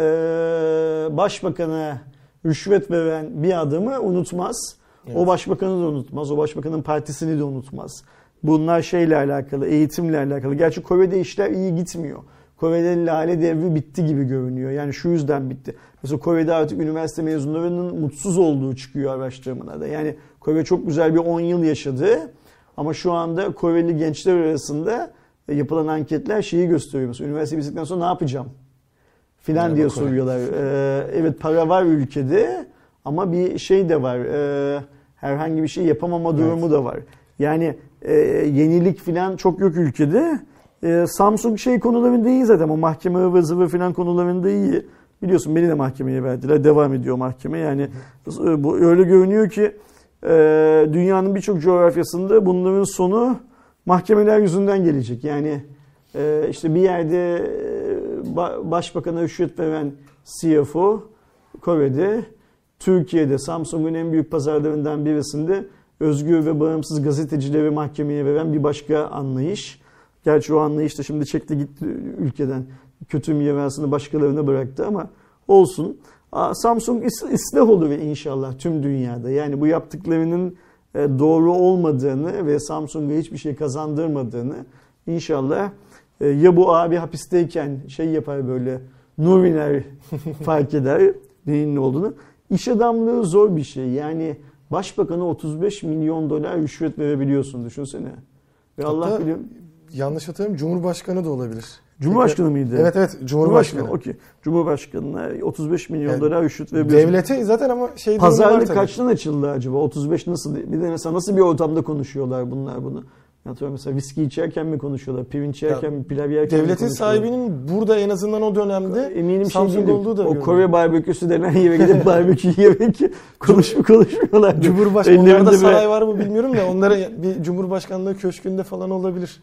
başbakana rüşvet veren bir adamı unutmaz. Evet. O başbakanı da unutmaz. O başbakanın partisini de unutmaz. Bunlar şeyle alakalı, eğitimle alakalı. Gerçi Kore'de işler iyi gitmiyor. Kore'de lale devri bitti gibi görünüyor. Yani şu yüzden bitti. Mesela Kore'de artık üniversite mezunlarının mutsuz olduğu çıkıyor araştırmalarda. Yani Kore çok güzel bir on yıl yaşadı. Ama şu anda Koreli gençler arasında yapılan anketler şeyi gösteriyor. Mesela üniversite bitirdikten sonra ne yapacağım? Filan diye soruyorlar. Ee, evet para var ülkede ama bir şey de var. Ee, herhangi bir şey yapamama durumu evet. da var. Yani e, yenilik filan çok yok ülkede. E, Samsung şey konularında iyi zaten. O mahkeme ıvır zıvır filan konularında iyi. Biliyorsun beni de mahkemeye verdiler. Devam ediyor mahkeme. Yani e, bu öyle görünüyor ki e, dünyanın birçok coğrafyasında bunların sonu mahkemeler yüzünden gelecek. Yani e, işte bir yerde e, başbakana rüşvet veren C F O Kore'de, Türkiye'de Samsung'un en büyük pazarlarından birisinde özgür ve bağımsız gazetecileri mahkemeye veren bir başka anlayış. Gerçi o anlayış da şimdi çekti gitti ülkeden. Kötü mirasını başkalarına bıraktı ama olsun. Samsung ıslah olur inşallah tüm dünyada. Yani bu yaptıklarının doğru olmadığını ve Samsung'a hiçbir şey kazandırmadığını inşallah ya bu abi hapisteyken şey yapar böyle Nuriner fark eder neyin ne olduğunu. İş adamlığı zor bir şey. Yani başbakana otuz beş milyon dolar rüşvet verebiliyorsun düşünsene. Ve hatta Allah biliyor. Yanlış hatırlamıyorum Cumhurbaşkanı da olabilir. Cumhurbaşkanı mıydı? Evet evet Cumhurbaşkanı. Cumhurbaşkanı. Okey. Cumhurbaşkanına otuz beş milyon yani, dolar rüşvet verebiliyorsun. Devlete zaten ama şey pazarlık kaçtan açıldı acaba? otuz beş nasıl? Bir de mesela nasıl bir ortamda konuşuyorlar bunlar bunu? Atıyorum mesela viski içerken mi konuşuyorlar, pirinç yerken mi, pilav yerken devletin mi konuşuyorlar? sahibinin burada en azından o dönemde eminim Samsung şey olduğu da o görünüyor. Kore barbeküsü denen yere gidip barbekü yemek konuşup konuşmuyorlar. Cumhurbaşkanı onlarda saray var mı bilmiyorum da onlara bir Cumhurbaşkanlığı köşkünde falan olabilir.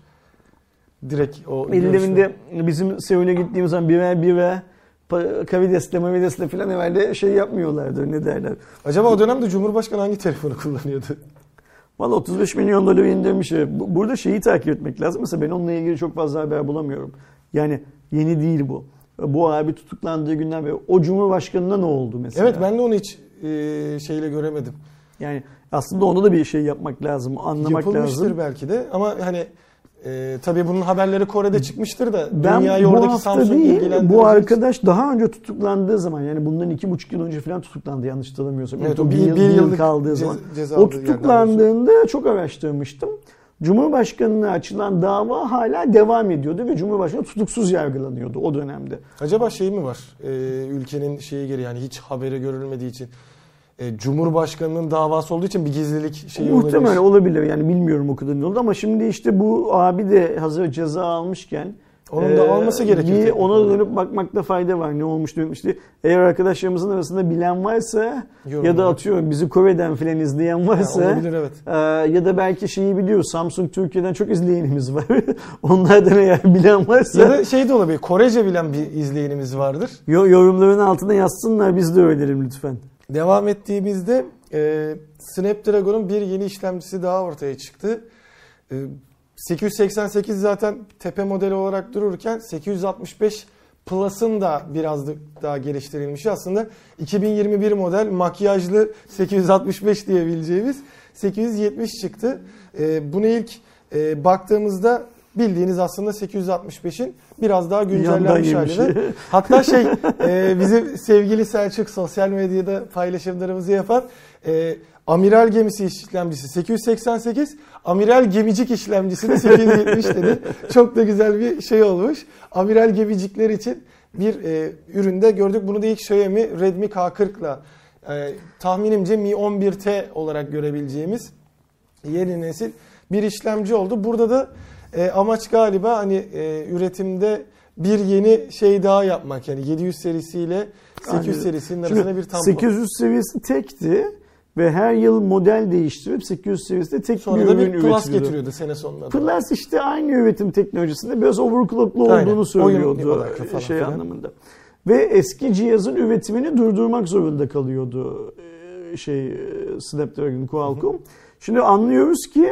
Direkt o ellerinde bizim Seul'e gittiğimiz zaman birer birer kavidesle mavidesle falan evvelde şey yapmıyorlardı, ne derler. Acaba o dönemde Cumhurbaşkanı hangi telefonu kullanıyordu? Valla otuz beş milyon doları indirmiş. Burada şeyi takip etmek lazım. Mesela ben onunla ilgili çok fazla haber bulamıyorum. Yani yeni değil bu. Bu abi tutuklandığı günden beri o Cumhurbaşkanı'na ne oldu mesela? Evet, ben de onu hiç e, şeyle göremedim. Yani aslında onda da bir şey yapmak lazım, anlamak Yapılmıştır lazım. Yapılmıştır belki de ama hani e, tabii bunun haberleri Kore'de çıkmıştır da ben dünyayı oradaki Samsung ilgilendirecek. Bu arkadaş daha önce tutuklandığı zaman, yani bundan iki buçuk yıl önce falan tutuklandı yanlış hatırlamıyorsam. Evet, o bir, bir, yıl, bir yıl kaldığı zaman. O tutuklandığında çok araştırmıştım. Cumhurbaşkanı'na açılan dava hala devam ediyordu ve Cumhurbaşkanı tutuksuz yargılanıyordu o dönemde. Acaba şey mi var? Ee, ülkenin şeyi geri, yani hiç haberi görülmediği için. E, Cumhurbaşkanı'nın davası olduğu için bir gizlilik şeyi olabilir. Muhtemelen olabilir. Yani bilmiyorum o kadar ne oldu ama şimdi işte bu abi de hazır ceza almışken onun da alması gerekir. Bir ona dönüp bakmakta fayda var. Ne olmuş demişti. Eğer arkadaşlarımızın arasında bilen varsa Yorum ya da atıyorum bizi Kore'den filan izleyen varsa ya, olabilir, evet. e, ya da belki şeyi biliyor. Samsung Türkiye'den çok izleyenimiz var. Onlardan eğer bilen varsa. Ya da şey de olabilir. Korece bilen bir izleyenimiz vardır. Yorumların altına yazsınlar, biz de öğrenelim lütfen. Devam ettiğimizde e, Snapdragon'un bir yeni işlemcisi daha ortaya çıktı. E, sekiz yüz seksen sekiz zaten tepe modeli olarak dururken sekiz yüz altmış beş Plus'ın da biraz daha geliştirilmişi, aslında iki bin yirmi bir model makyajlı sekiz yüz altmış beş diyebileceğimiz sekiz yüz yetmiş çıktı. E, bunu ilk e, baktığımızda bildiğiniz aslında sekiz yüz altmış beşin biraz daha güncellenmiş hali. Hatta şey e, bizim sevgili Selçuk sosyal medyada paylaşımlarımızı yapan e, amiral gemisi işlemcisi sekiz yüz seksen sekiz, amiral gemicik işlemcisi de sekiz yüz yetmiş dedi. Çok da güzel bir şey olmuş. Amiral gemicikler için bir e, üründe gördük. Bunu da ilk Xiaomi Redmi K kırk'la e, tahminimce Mi on bir T olarak görebileceğimiz yeni nesil bir işlemci oldu. Burada da E, amaç galiba hani e, üretimde bir yeni şey daha yapmak, yani yedi yüz serisiyle sekiz yüz serisinin arasında bir tampon. sekiz yüz seviyesi tekti ve her yıl model değiştirip sekiz yüz seviyesinde tek Sonra bir da ürün bir Plus üretiliyordu. getiriyordu sene sonunda. Plus işte aynı üretim teknolojisinde biraz overclocklu olduğunu söylüyordu şey falan anlamında. Ve eski cihazın üretimini durdurmak zorunda kalıyordu şey Snapdragon Qualcomm. Şimdi anlıyoruz ki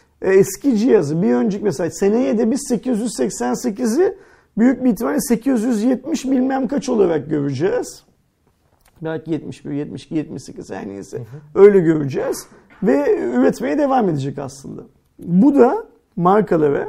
eski cihazı bir önceki mesela seneye de biz sekiz yüz seksen sekizi büyük bir ihtimalle sekiz yüz yetmiş bilmem kaç olarak göreceğiz. Belki yetmiş bir, yetmiş iki, yetmiş sekiz her neyse. Hı hı. Öyle göreceğiz. Ve üretmeye devam edecek aslında. Bu da markalara,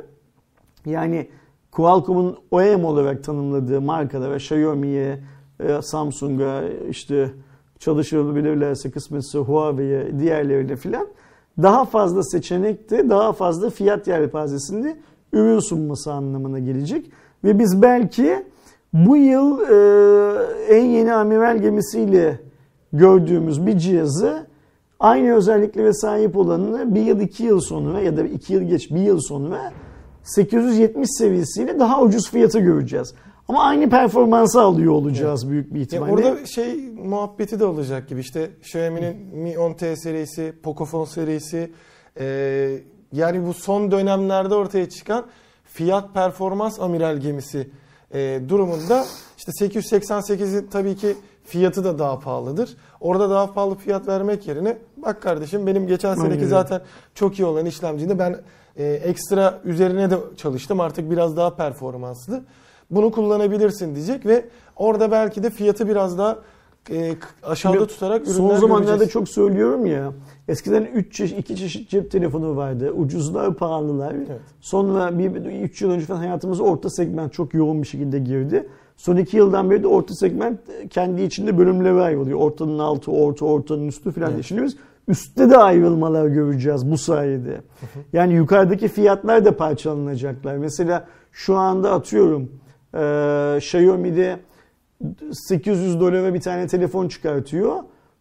yani Qualcomm'un O E M olarak tanımladığı markalara, Xiaomi'ye, Samsung'a, işte çalışabilirlerse kısmetse Huawei'ye, diğerlerine filan daha fazla seçenekte, daha fazla fiyat yelpazesinde ürün sunması anlamına gelecek. Ve biz belki bu yıl e, en yeni amiral gemisiyle gördüğümüz bir cihazı aynı özelliklere sahip olanını bir yıl iki yıl sonra ya da iki yıl geç bir yıl sonra sekiz yüz yetmiş seviyesiyle daha ucuz fiyata göreceğiz. Ama aynı performansı alıyor olacağız evet. büyük bir ihtimalle. Ya orada şey muhabbeti de olacak gibi, işte Xiaomi'nin Mi on T serisi, Pocophone serisi, e, yani bu son dönemlerde ortaya çıkan fiyat performans amiral gemisi e, durumunda işte sekiz yüz seksen sekizin tabii ki fiyatı da daha pahalıdır. Orada daha pahalı fiyat vermek yerine bak kardeşim benim geçen seneki Aynen. zaten çok iyi olan işlemciydi. Ben e, ekstra üzerine de çalıştım, artık biraz daha performanslı. Bunu kullanabilirsin diyecek ve orada belki de fiyatı biraz daha e, aşağıda Şimdi tutarak ürünler son zamanlarda göreceğiz. Çok söylüyorum ya. Eskiden üç çeşit, iki çeşit cep telefonu vardı. Ucuzlar, pahalılar. Evet. Sonra bir üç yıl önce falan hayatımıza orta segment çok yoğun bir şekilde girdi. Son iki yıldan beri de orta segment kendi içinde bölümlere ayrılıyor. Ortanın altı, orta, ortanın üstü falan evet. düşünüyoruz. Üstte de ayrılmalar göreceğiz bu sayede. Hı hı. Yani yukarıdaki fiyatlar da parçalanacaklar. Mesela şu anda atıyorum Ee, Xiaomi'de sekiz yüz dolara bir tane telefon çıkartıyor.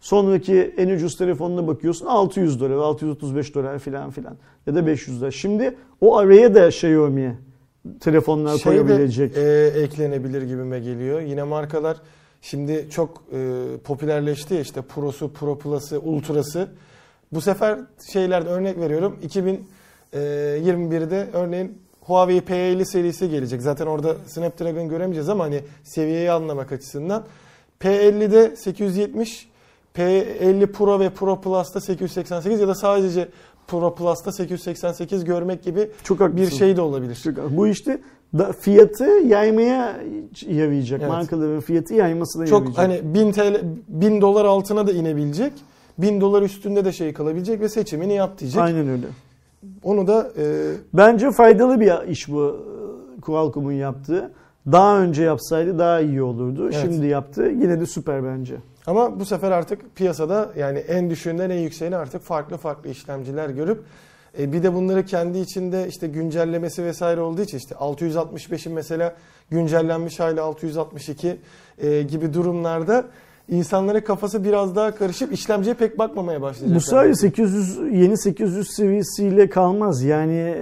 Sonraki en ucuz telefonuna bakıyorsun altı yüz dolar, altı yüz otuz beş dolar filan filan ya da beş yüz dolar. Şimdi o araya da Xiaomi telefonlar şey koyabilecek. De, e, eklenebilir gibime geliyor. Yine markalar şimdi çok e, popülerleşti ya, işte Pro'su, Pro Plus'ı, Ultra'sı. Bu sefer şeylerde örnek veriyorum. iki bin yirmi birde örneğin Huawei P elli serisi gelecek. Zaten orada Snapdragon göremeyeceğiz ama hani seviyeyi anlamak açısından. P ellide sekiz yüz yetmiş, P elli Pro ve Pro Plus'ta sekiz yüz seksen sekiz ya da sadece Pro Plus'ta sekiz yüz seksen sekiz görmek gibi çok bir şey de olabilir. Çok, bu işte da fiyatı yaymaya yarayacak. Evet. Markaların fiyatı yaymasına çok yarayacak. Hani bin T L, bin dolar altına da inebilecek. bin dolar üstünde de şey kalabilecek ve seçimini yap diyecek. Aynen öyle. Onu da e... bence faydalı bir iş bu Qualcomm'un yaptığı. Daha önce yapsaydı daha iyi olurdu. Evet. Şimdi yaptı. Yine de süper bence. Ama bu sefer artık piyasada yani en düşüğünden en yükseğine artık farklı farklı işlemciler görüp e, bir de bunları kendi içinde işte güncellemesi vesaire olduğu için işte altı yüz altmış beşin mesela güncellenmiş hali altı yüz altmış iki e, gibi durumlarda İnsanların kafası biraz daha karışıp işlemciye pek bakmamaya başlayacaklar. Bu sadece sekiz yüz yeni sekiz yüz seviyesiyle kalmaz. Yani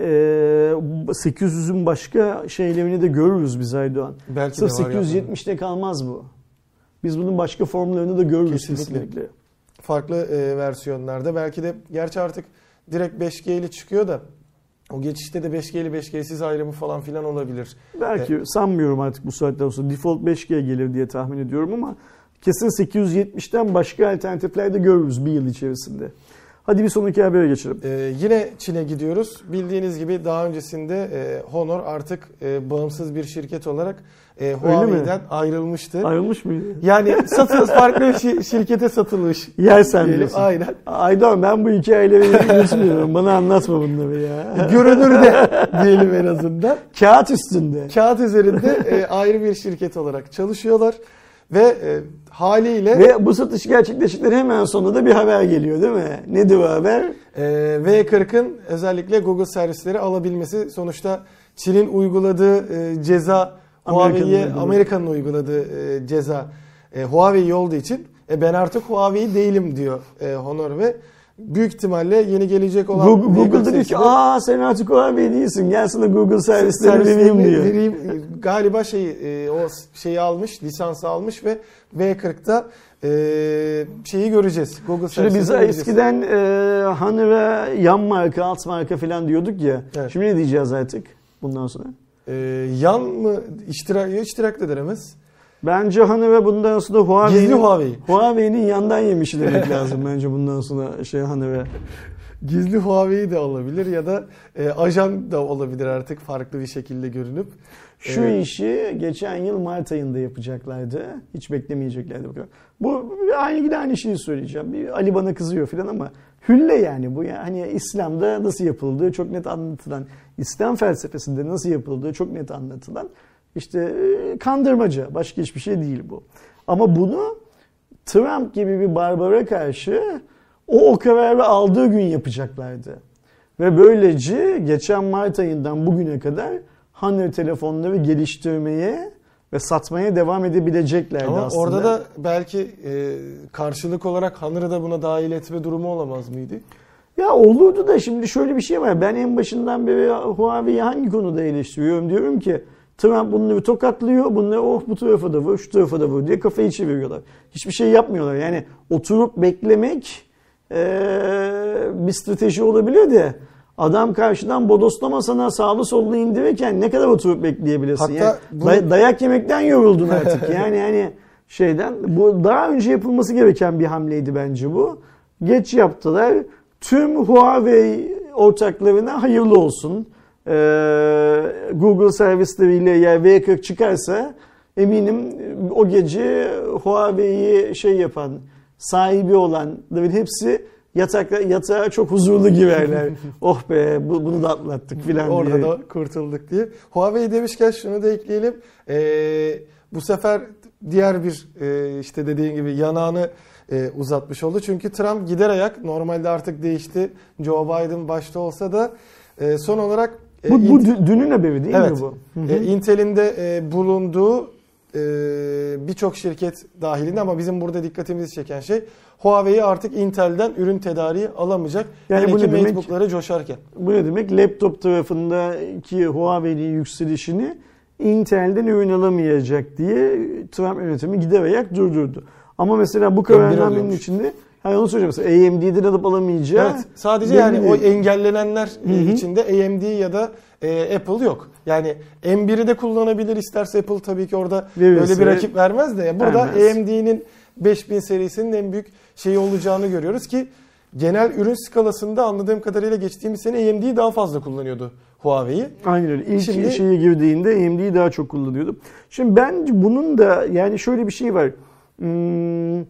e, sekiz yüzün başka şeylerini de görürüz biz Aydoğan. Belki Sırf de sekiz yüz yetmişte kalmaz bu. Biz bunun başka formlarını da görürüz kesinlikle. kesinlikle. Farklı e, versiyonlarda belki de gerçi artık direkt beş G ile çıkıyor da o geçişte de beş G'li beş G'siz ayrımı falan filan olabilir. Belki e, sanmıyorum artık bu saatten sonra. Default beş G gelir diye tahmin ediyorum ama kesin sekiz yüz yetmişten başka alternatifler de görürüz bir yıl içerisinde. Hadi bir sonraki habere geçelim. Ee, yine Çin'e gidiyoruz. Bildiğiniz gibi daha öncesinde e, Honor artık e, bağımsız bir şirket olarak e, Huawei'den ayrılmıştı. Ayrılmış mıydı? Yani satılmış, farklı bir şi- şirkete satılmış. Yer sen diyorsun. Aynen. Aydan ben bu hikayeleri unutmuyorum. Bana anlatma bunları ya. Görünürde diyelim en azından. Kağıt üstünde. Kağıt üzerinde e, ayrı bir şirket olarak çalışıyorlar. Ve e, haliyle... Ve bu satış gerçekleştikleri hemen sonra da bir haber geliyor değil mi? Nedir bu haber? E, V kırkın özellikle Google servisleri alabilmesi. Sonuçta Çin'in uyguladığı e, ceza Huawei'ye, Amerika'nın uyguladığı e, ceza e, Huawei olduğu için e, ben artık Huawei değilim diyor e, Honor ve büyük ihtimalle yeni gelecek olan... Google, Google dedi ki aa sen artık Huawei değilsin gel sana Google servislerini vereyim diyor. Vereyim, galiba şeyi, e, o şeyi almış, lisansı almış ve V kırkta e, şeyi göreceğiz. Google Şimdi biz eskiden e, hani ve yan marka, alt marka falan diyorduk ya. Evet. Şimdi ne diyeceğiz artık bundan sonra? E, yan mı? İştirak, iştirak da denemez. Bence hani ve bundan sonra Huawei'nin Gizli Huawei. Huawei'nin yandan yemişi demek lazım bence bundan sonra şey hani ve gizli Huawei de olabilir ya da e, ajan da olabilir artık farklı bir şekilde görünüp. Şu ee, işi geçen yıl Mart ayında yapacaklardı. Hiç beklemeyeceklerdi. Bu aynı yine aynı şeyi söyleyeceğim. Bir Ali bana kızıyor falan ama hülle yani bu. Yani hani İslam'da nasıl yapıldığı çok net anlatılan, İslam felsefesinde nasıl yapıldığı çok net anlatılan işte kandırmaca. Başka hiçbir şey değil bu. Ama bunu Trump gibi bir barbara karşı o o kararı aldığı gün yapacaklardı. Ve böylece geçen Mart ayından bugüne kadar Honor telefonları geliştirmeye ve satmaya devam edebileceklerdi ama aslında. Orada da belki e, karşılık olarak Honor'ı da buna dahil etme durumu olamaz mıydı? Ya olurdu da şimdi şöyle bir şey var. Ben en başından beri Huawei'yi hangi konuda eleştiriyorum diyorum ki Trump bunları tokatlıyor. Bunları oh bu tarafa da vur, şu tarafa da vur diye kafayı çeviriyorlar. Hiçbir şey yapmıyorlar. Yani oturup beklemek ee, bir strateji olabilir de adam karşıdan bodoslama sana sağlı sollu indirirken ne kadar oturup bekleyebilirsin? Hatta yani bunu... day- dayak yemekten yoruldun artık. Yani yani şeyden bu daha önce yapılması gereken bir hamleydi bence bu. Geç yaptılar. Tüm Huawei ortaklarına hayırlı olsun. Ee, Google servisleriyle ya V kırk çıkarsa eminim o gece Huawei'yi şey yapan, sahibi olanların hepsi yatakla, yatağa çok huzurlu girerler. Oh be bu, bunu da atlattık filan diye. Orada da kurtulduk diye. Huawei demişken şunu da ekleyelim. Ee, bu sefer diğer bir e, işte dediğin gibi yanağını e, uzatmış oldu. Çünkü Trump gider ayak normalde artık değişti. Joe Biden başta olsa da e, son olarak... E, bu bu dünün haberi değil evet, mi bu? E, Intel'in de e, bulunduğu e, birçok şirket dahilinde ama bizim burada dikkatimizi çeken şey Huawei artık Intel'den ürün tedariği alamayacak. Yani, yani bu ne MacBook'lara coşarken. Bu ne demek? Laptop tarafındaki Huawei'nin yükselişini Intel'den ürün alamayacak diye Trump yönetimi giderek durdurdu. Ama mesela bu kararnamenin içinde hayır onu söyleyeceğim. Mesela A M D'den alıp alamayacağı. Evet. Sadece yani değil. O engellenenler Hı-hı. içinde A M D ya da e, Apple yok. Yani M bir'i de kullanabilir isterse Apple tabii ki orada Verirse, öyle bir rakip vermez de. Yani burada vermez. A M D'nin beş bin serisinin en büyük şeyi olacağını görüyoruz ki genel ürün skalasında anladığım kadarıyla geçtiğimiz sene A M D'yi daha fazla kullanıyordu Huawei. Aynen öyle. İlk Şimdi, şeye girdiğinde A M D'yi daha çok kullanıyordu. Şimdi bence bunun da yani şöyle bir şey var. Hmm,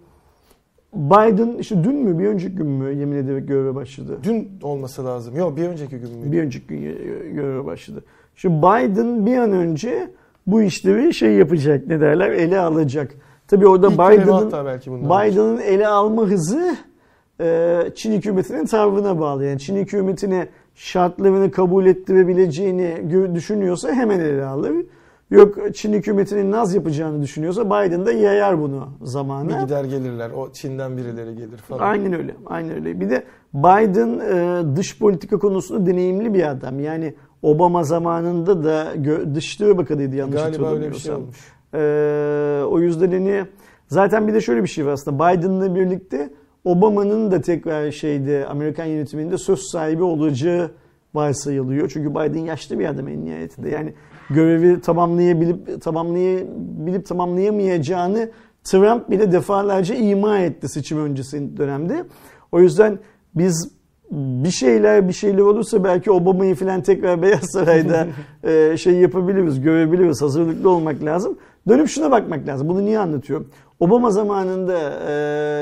Biden işte dün mü bir önceki gün mü yemin ederek göreve başladı? Dün olması lazım. Yok bir önceki gün mü? Bir önceki gün göreve başladı. Şimdi Biden bir an önce bu işleri şey yapacak ne derler ele alacak. Tabii orada İlk Biden'ın Biden'ın ele alma hızı Çin hükümetinin tavrına bağlı. Yani Çin hükümetine şartlarını kabul ettirebileceğini düşünüyorsa hemen ele alır. Yok Çin hükümetinin naz yapacağını düşünüyorsa Biden da yayar bunu zamanla. Bir gider gelirler. O Çin'den birileri gelir falan. Aynen öyle. Aynen öyle. Bir de Biden dış politika konusunda deneyimli bir adam. Yani Obama zamanında da Dışişleri Bakanıydı yanlış hatırlamıyorsam. Galiba öyle bir şey olmuş. Ee, o yüzden hani zaten bir de şöyle bir şey var aslında. Biden'la birlikte Obama'nın da tekrar şeyde Amerikan yönetiminde söz sahibi olacağı varsayılıyor. Çünkü Biden yaşlı bir adam en nihayetinde. Yani görevi tamamlayabilip tamamlayabilip tamamlayamayacağını Trump bile defalarca ima etti seçim öncesi dönemde. O yüzden biz bir şeyler bir şeyler olursa belki Obama'yı falan tekrar Beyaz Saray'da e, şey yapabiliriz, görebiliriz. Hazırlıklı olmak lazım. Dönüp şuna bakmak lazım. Bunu niye anlatıyorum? Obama zamanında e,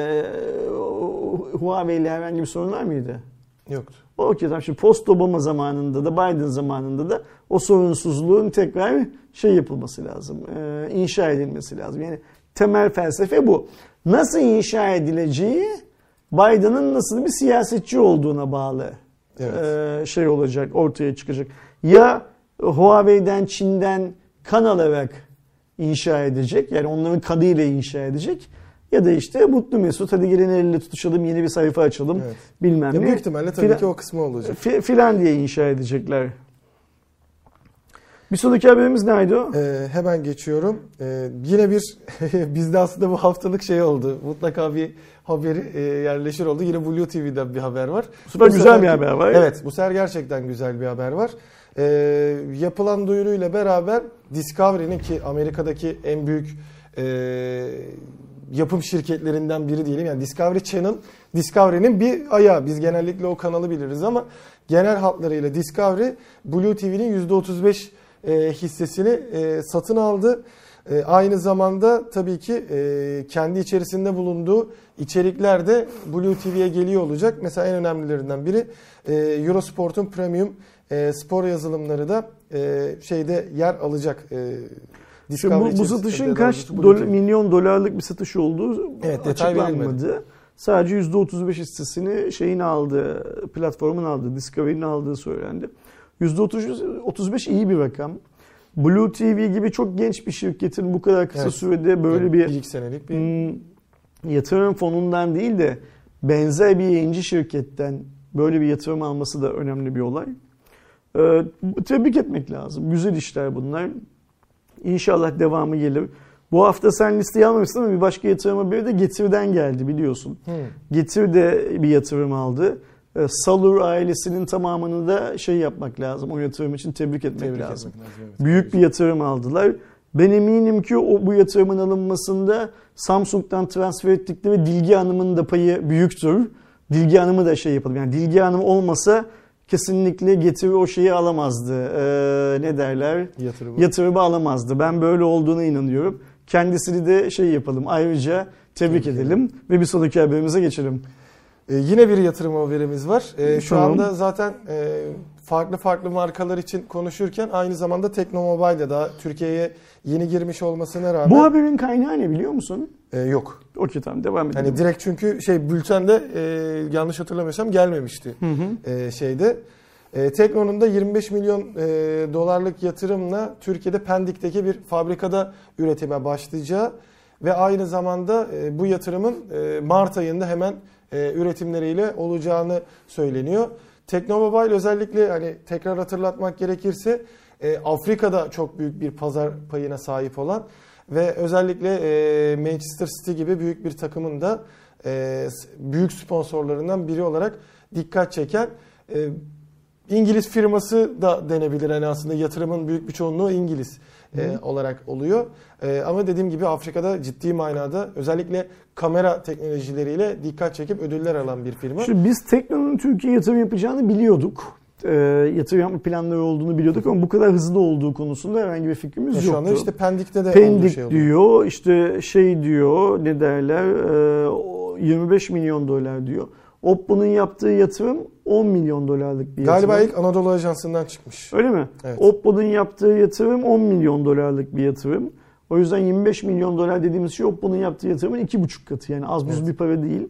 Huawei ile herhangi bir sorun var mıydı? Yoktu. Okey tamam. Şimdi post Obama zamanında da Biden zamanında da o sorunsuzluğun tekrar şey yapılması lazım. E, inşa edilmesi lazım. Yani temel felsefe bu. Nasıl inşa edileceği Biden'ın nasıl bir siyasetçi olduğuna bağlı evet. e, şey olacak, ortaya çıkacak. Ya Huawei'den, Çin'den kan alarak inşa edecek. Yani onların kanıyla inşa edecek. Ya da işte mutlu mesut hadi gelin elle tutuşalım yeni bir sayfa açalım evet. bilmem ya ne. Büyük ihtimalle tabii Fila, ki o kısmı olacak. Filan diye inşa edecekler. Bir sonraki haberimiz neydi o? Ee, hemen geçiyorum. Ee, yine bir bizde aslında bu haftalık şey oldu. Mutlaka bir haberi e, yerleşir oldu. Yine Blue T V'de bir haber var. Süper güzel sefer, bir haber var. Evet bu sefer gerçekten güzel bir haber var. Ee, yapılan duyuruyla beraber Discovery'nin ki Amerika'daki en büyük e, yapım şirketlerinden biri diyelim. Yani Discovery Channel, Discovery'nin bir ayağı. Biz genellikle o kanalı biliriz ama genel hatlarıyla Discovery Blue T V'nin yüzde otuz beş e, hissesini e, satın aldı. E, aynı zamanda tabii ki e, kendi içerisinde bulunduğu içerikler de Blue T V'ye geliyor olacak. Mesela en önemlilerinden biri e, Eurosport'un premium e, spor yazılımları da e, şeyde yer alacak. E, bu, bu satışın kaç dolar, milyon dolarlık bir satış olduğu evet, açıklanmadı. Sadece yüzde otuz beş hissesini şeyin aldığı, platformun aldığı, Discovery'nin aldığı söylendi. yüzde otuz beş iyi bir rakam. Blue T V gibi çok genç bir şirketin bu kadar kısa evet. sürede böyle yani bir, bir senelik bir yatırım fonundan değil de benzer bir yayıncı şirketten böyle bir yatırım alması da önemli bir olay. Ee, tebrik etmek lazım. Güzel işler bunlar. İnşallah devamı gelir. Bu hafta sen listeyi almamışsın ama bir başka yatırım haberi de Getir'den geldi biliyorsun. Hmm. Getir de bir yatırım aldı. Salur ailesinin tamamını da şey yapmak lazım. O yatırım için tebrik etmek tebrik lazım. Etmek lazım evet. Büyük bir yatırım aldılar. Ben eminim ki o bu yatırımın alınmasında Samsung'dan transfer ettikleri Dilge Hanım'ın da payı büyüktür. Dilge Hanım'ı da şey yapalım. Yani Dilge Hanım olmasa kesinlikle Getir o şeyi alamazdı. Ee, ne derler? Yatırımı. Yatırımı alamazdı. Ben böyle olduğuna inanıyorum. Kendisini de şey yapalım. Ayrıca tebrik Tebrik edelim ederim. Ve bir sonraki haberimize geçelim. Ee, yine bir yatırım haberimiz var. Ee, şu tamam. anda zaten e, farklı farklı markalar için konuşurken aynı zamanda Teknomobile daha Türkiye'ye yeni girmiş olmasına rağmen. Bu haberin kaynağı ne biliyor musun? Ee, yok. Okey tamam devam edelim. Hani direkt çünkü şey bültende e, yanlış hatırlamıyorsam gelmemişti hı hı. E, şeyde. E, Tekno'nun da yirmi beş milyon e, dolarlık yatırımla Türkiye'de Pendik'teki bir fabrikada üretime başlayacağı ve aynı zamanda e, bu yatırımın e, Mart ayında hemen e, üretimleriyle olacağını söyleniyor. Teknomobile özellikle hani tekrar hatırlatmak gerekirse e, Afrika'da çok büyük bir pazar payına sahip olan ve özellikle e, Manchester City gibi büyük bir takımın da e, büyük sponsorlarından biri olarak dikkat çeken e, İngiliz firması da denebilir. Yani aslında yatırımın büyük bir çoğunluğu İngiliz e, olarak oluyor. E, ama dediğim gibi Afrika'da ciddi manada özellikle kamera teknolojileriyle dikkat çekip ödüller alan bir firma. Şimdi biz Tekno'nun Türkiye'ye yatırım yapacağını biliyorduk. E, yatırım yapma planları olduğunu biliyorduk ama bu kadar hızlı olduğu konusunda herhangi bir fikrimiz e, yoktu. Şu anda işte Pendik'te de Pendik şey diyor, işte şey diyor, ne derler, e, yirmi beş milyon dolar diyor. Oppo'nun yaptığı yatırım on milyon dolarlık bir yatırım. Galiba ilk Anadolu Ajansı'ndan çıkmış. Öyle mi? Evet. Oppo'nun yaptığı yatırım on milyon dolarlık bir yatırım. O yüzden yirmi beş milyon dolar dediğimiz şey Oppo'nun yaptığı yatırımın iki buçuk katı. Yani az buz Evet. bir para değil.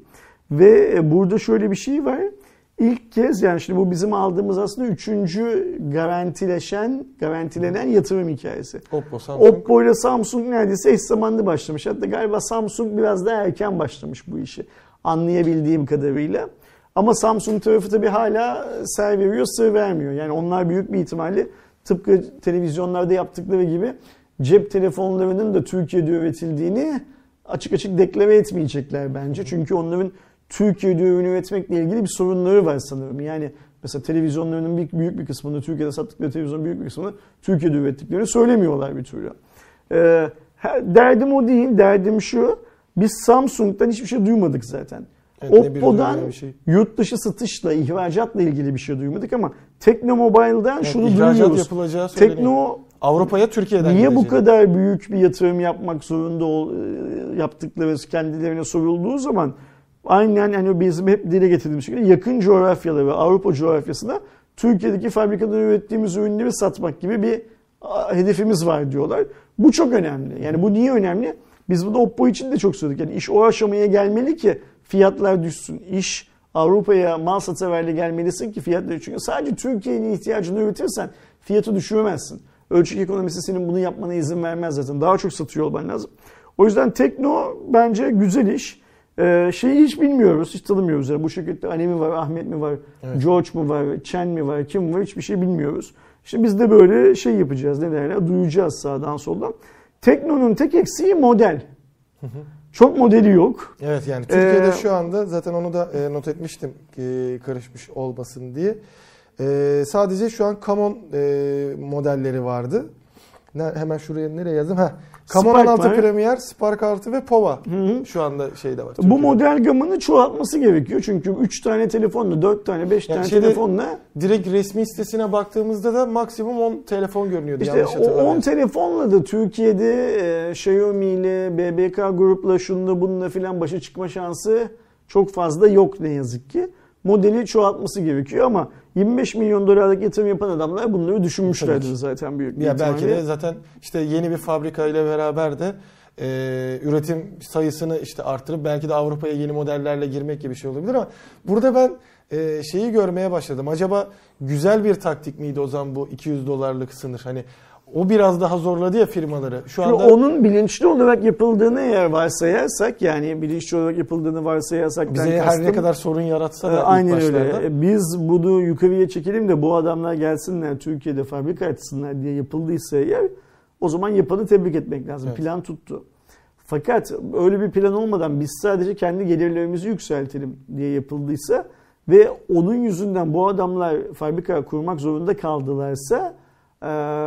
Ve burada şöyle bir şey var. İlk kez, yani şimdi bu bizim aldığımız aslında üçüncü garantileşen, garantilenen yatırım hikayesi. Oppo, Samsung. Oppo ile Samsung neredeyse eş zamanlı başlamış. Hatta galiba Samsung biraz daha erken başlamış bu işi. Anlayabildiğim kadarıyla. Ama Samsung tarafı tabii hala ser veriyor, sır vermiyor. Yani onlar büyük bir ihtimalle tıpkı televizyonlarda yaptıkları gibi cep telefonlarının da Türkiye'de üretildiğini açık açık deklare etmeyecekler bence. Çünkü onların Türkiye'de ürün üretmekle ilgili bir sorunları var sanırım. Yani mesela televizyonlarının büyük, büyük bir kısmını, Türkiye'de sattıkları televizyonun büyük bir kısmını Türkiye'de ürettiklerini söylemiyorlar bir türlü. Ee, derdim o değil, derdim şu: biz Samsung'dan hiçbir şey duymadık zaten. Evet, Oppo'dan şey. yurt dışı satışla, ihracatla ilgili bir şey duymadık ama Teknomobile'dan evet, şunu ihracat duyuyoruz. Yapılacağı söyleniyor. Tekno Avrupa'ya Türkiye'den niye geleceğini. bu kadar büyük bir yatırım yapmak zorunda ol, yaptıkları kendilerine sorulduğu zaman aynen hani bizim hep dile getirdiğimiz şekilde yakın coğrafyaları ve Avrupa coğrafyasında Türkiye'deki fabrikadan ürettiğimiz ürünleri satmak gibi bir hedefimiz var diyorlar. Bu çok önemli. Yani bu niye önemli? Biz bunu Oppo için de çok söyledik. Yani iş o aşamaya gelmeli ki fiyatlar düşsün. İş Avrupa'ya mal satıverle gelmelisin ki fiyatlar düşsün. Çünkü sadece Türkiye'nin ihtiyacını üretirsen fiyatı düşüremezsin. Ölçek ekonomisi senin bunu yapmana izin vermez zaten. Daha çok satıyor olman lazım. O yüzden Tekno bence güzel iş. Ee, şeyi hiç bilmiyoruz, hiç tanımıyoruz. Yani bu şirkette Ali mi var, Ahmet mi var, evet. George mu var, Chen mi var, kim var, hiçbir şey bilmiyoruz. İşte biz de böyle şey yapacağız, ne derler, duyacağız sağdan soldan. Tekno'nun tek eksiği model. Hı hı. Çok modeli yok. Evet, yani Türkiye'de ee, şu anda zaten onu da e, not etmiştim e, karışmış olmasın diye. E, sadece şu an Camon e, modelleri vardı. Ne, hemen şuraya nereye yazdım? Heh. Camon on altı Premier, Spark artı ve Pova. Hı hı. Şu anda şeyde var. Türkiye'de. Bu model gamını çoğaltması gerekiyor. Çünkü üç tane telefonla, dört tane, beş yani tane telefonla... Direkt resmi sitesine baktığımızda da maksimum on telefon görünüyordu. İşte o on telefonla da Türkiye'de e, Xiaomi ile, B B K Group'la, şununla bununla filan başa çıkma şansı çok fazla yok ne yazık ki. Modeli çoğaltması gerekiyor ama yirmi beş milyon dolarlık yatırım yapan adamlar bunları düşünmüşlerdir zaten büyük bir ya ihtimalle. Belki de zaten işte yeni bir fabrika ile beraber de e, üretim sayısını işte artırıp belki de Avrupa'ya yeni modellerle girmek gibi bir şey olabilir ama burada ben e, şeyi görmeye başladım. Acaba güzel bir taktik miydi o zaman bu iki yüz dolarlık sınır? Hani o biraz daha zorladı ya firmaları. Şu anda onun bilinçli olarak yapıldığını eğer varsayarsak, yani bilinçli olarak yapıldığını varsayarsak, bize her kastım, ne kadar sorun yaratsa da aynen ilk başlarda. Öyle. Biz bunu yukarıya çekelim de bu adamlar gelsinler Türkiye'de fabrika açsınlar diye yapıldıysa eğer, o zaman yapanı tebrik etmek lazım. Evet. Plan tuttu. Fakat öyle bir plan olmadan biz sadece kendi gelirlerimizi yükseltelim diye yapıldıysa ve onun yüzünden bu adamlar fabrika kurmak zorunda kaldılarsa, Ee,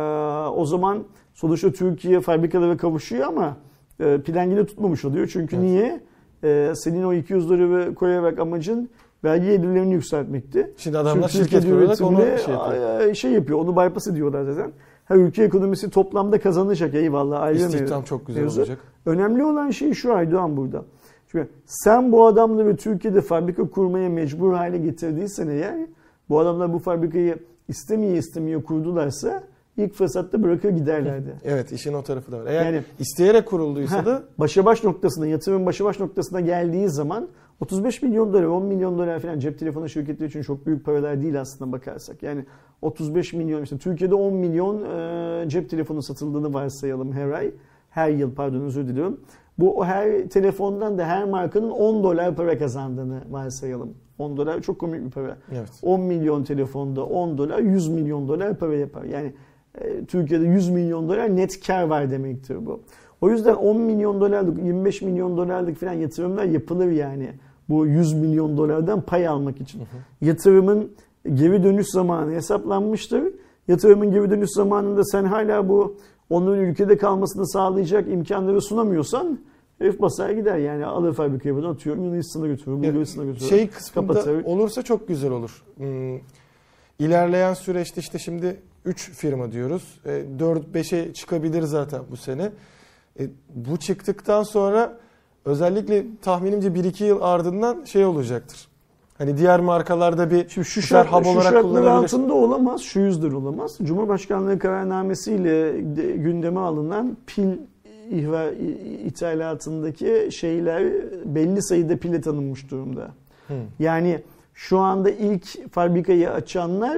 o zaman sonuçta Türkiye fabrikalara kavuşuyor ama e, plan yine tutmamış oluyor. Çünkü evet. Niye? Ee, senin o iki yüz doları koyarak amacın vergi gelirlerini yükseltmekti. Şimdi adamlar Türkiye şirket kurarak onu şey yapıyor. şey yapıyor. Onu bypass ediyorlar zaten. Her ülke ekonomisi toplamda kazanacak, eyvallah. Ayrı İstihdam çok güzel mevzu. Olacak. Önemli olan şey şu Aydoğan burada. Çünkü sen bu adamları Türkiye'de fabrika kurmaya mecbur hale getirdiysen eğer, bu adamlar bu fabrikayı istemeye istemeye kurdularsa ilk fırsatta bırakır giderlerdi. Evet, işin o tarafı da var. Eğer Yani, isteyerek kurulduysa heh, da başa baş noktasına, yatırım başa baş noktasına geldiği zaman otuz beş milyon dolar, on milyon dolar falan cep telefonu şirketleri için çok büyük paralar değil aslında bakarsak. Yani otuz beş milyon, işte Türkiye'de on milyon e, cep telefonu satıldığını varsayalım her ay. Her yıl, pardon, özür diliyorum. Bu o her telefondan da her markanın on dolar para kazandığını varsayalım. on dolar çok komik bir para. Evet. on milyon telefonda on dolar yüz milyon dolar para yapar. Yani e, Türkiye'de yüz milyon dolar net kar var demektir bu. O yüzden on milyon dolarlık, yirmi beş milyon dolarlık falan yatırımlar yapılır yani. Bu yüz milyon dolardan pay almak için. Hı hı. Yatırımın geri dönüş zamanı hesaplanmıştır. Yatırımın geri dönüş zamanında sen hala bu onların ülkede kalmasını sağlayacak imkanları sunamıyorsan herif basar gider. Yani alır fabrikayı buradan atıyor, Yunanistan'a götürür, Bulgaristan'a götürür. Şey kısmında kapatır. Olursa çok güzel olur. Hmm, ilerleyen süreçte işte şimdi üç firma diyoruz. E, dört beşe çıkabilir zaten bu sene. E, bu çıktıktan sonra özellikle tahminimce bir iki yıl ardından şey olacaktır. Hani diğer markalarda bir Şimdi şu, şart, hub şu olarak şartlar kullanabilir. altında olamaz, şu yüzden olamaz. Cumhurbaşkanlığı kararnamesiyle gündeme alınan pil ihva ithalatındaki şeyler belli sayıda pile tanınmış durumda. Hmm. Yani şu anda ilk fabrikayı açanlar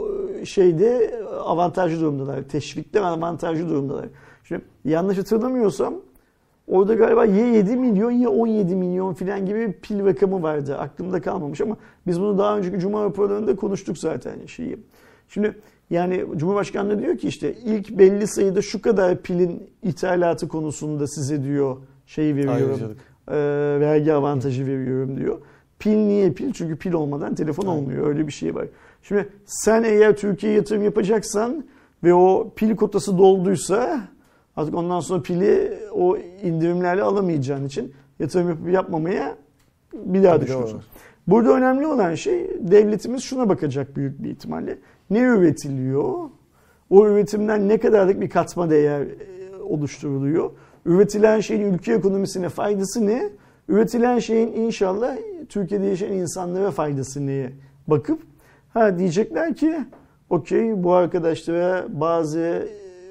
şeyde avantajlı durumdalar. Teşvikte avantajlı durumdalar. Şimdi yanlış hatırlamıyorsam orada galiba ya yedi milyon ya on yedi milyon filan gibi bir pil rakamı vardı. Aklımda kalmamış ama biz bunu daha önceki Cuma raporlarında konuştuk zaten şeyi. Şimdi yani Cumhurbaşkanlığı diyor ki işte ilk belli sayıda şu kadar pilin ithalatı konusunda size diyor şey veriyorum. E, vergi avantajı veriyorum diyor. Pil niye pil? Çünkü pil olmadan telefon olmuyor. Öyle bir şey var. Şimdi sen eğer Türkiye'ye yatırım yapacaksan ve o pil kotası dolduysa artık ondan sonra pili o indirimlerle alamayacağın için yatırım yapıp yapmamaya bir daha düşünüyorsun. Burada önemli olan şey devletimiz şuna bakacak büyük bir ihtimalle. Ne üretiliyor? O üretimden ne kadarlık bir katma değer oluşturuluyor? Üretilen şeyin ülke ekonomisine faydası ne? Üretilen şeyin inşallah Türkiye'de yaşayan insanlara faydası neye bakıp ha diyecekler ki okey bu arkadaşlara bazı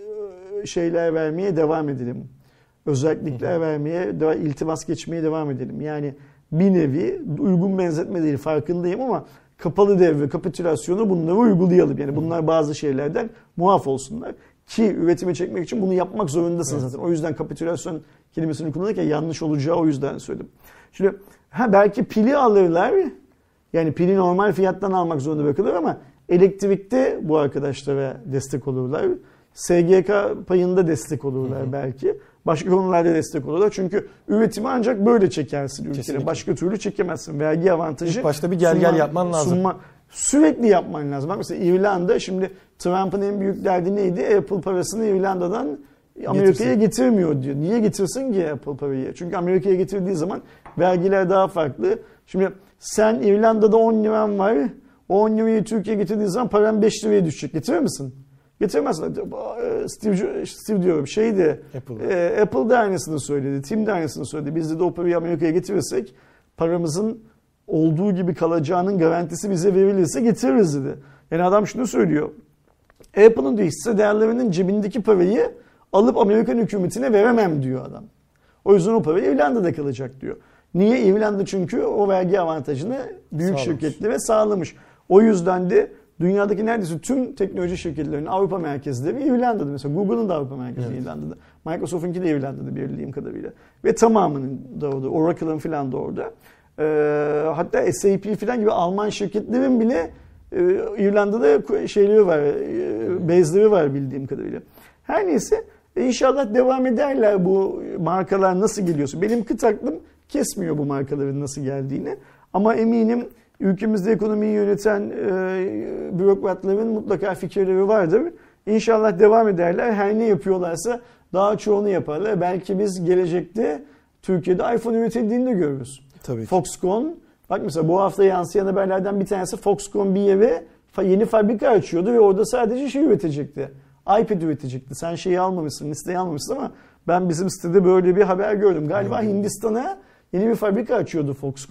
şeyler vermeye devam edelim. Özellikler hı hı. vermeye, iltimas geçmeye devam edelim. Yani bir nevi uygun benzetme değil farkındayım ama kapalı devre, kapitülasyonu bunları uygulayalım. Yani bunlar bazı şeylerden muaf olsunlar. Ki üretime çekmek için bunu yapmak zorundasın evet. zaten. O yüzden kapitülasyon kelimesini kullanırken yanlış olacağı o yüzden söyledim. Şimdi ha belki pili alırlar. Yani pili normal fiyattan almak zorunda bırakılır ama elektrikte bu arkadaşlara destek olurlar. S G K payında destek olurlar hı hı. belki. Başka konularda destek olurlar. Çünkü üretimi ancak böyle çekersin ülkene. Kesinlikle. Başka türlü çekemezsin. Vergi avantajı. İlk başta bir gel sunma, gel yapman lazım. Sunma, sürekli yapman lazım. Bak mesela İrlanda şimdi Trump'ın en büyük derdi neydi? Apple parasını İrlanda'dan Amerika'ya getirmiyor diyor. Niye getirsin ki Apple parayı? Çünkü Amerika'ya getirdiği zaman vergiler daha farklı. Şimdi sen İrlanda'da on liran var. O on lirayı Türkiye'ye getirdiği zaman paran beş liraya düşecek. Getirir misin? Getirmezsin. Steve, Steve diyorum şeydi. Apple. E, Apple da aynısını söyledi. Tim de aynısını söyledi. Biz de o parayı Amerika'ya getirirsek paramızın olduğu gibi kalacağının garantisi bize verilirse getiririz dedi. Yani adam şunu söylüyor. Apple'ın diyor hisse değerlerinin cebindeki parayı alıp Amerikan hükümetine veremem diyor adam. O yüzden o para İrlanda'da kalacak diyor. Niye? İrlanda çünkü o vergi avantajını büyük sağlamış. Şirketlere sağlamış. O yüzden de dünyadaki neredeyse tüm teknoloji şirketlerinin Avrupa merkezleri İrlanda'da. Mesela Google'ın da Avrupa merkezi evet. İrlanda'da. Microsoft'unki de İrlanda'da bildiğim kadarıyla. Ve tamamının da orada. Oracle'ın falan da orada. Ee, hatta S A P falan gibi Alman şirketlerin bile e, İrlanda'da şeyleri var, e, base'leri var bildiğim kadarıyla. Her neyse inşallah devam ederler bu markalar nasıl geliyorsa. Benim kıt aklım kesmiyor bu markaların nasıl geldiğini. Ama eminim ülkemizde ekonomiyi yöneten e, bürokratların mutlaka fikirleri vardır. İnşallah devam ederler. Her ne yapıyorlarsa daha çoğunu yaparlar. Belki biz gelecekte Türkiye'de iPhone üretildiğini de görürüz. Tabii ki. Foxconn, bak mesela bu hafta yansıyan haberlerden bir tanesi Foxconn bir eve yeni fabrika açıyordu ve orada sadece şey üretecekti. iPad üretecekti. Sen şeyi almamışsın, listeyi almamışsın ama ben bizim sitede böyle bir haber gördüm. Galiba hmm. Hindistan'a yeni bir fabrika açıyordu Foxconn.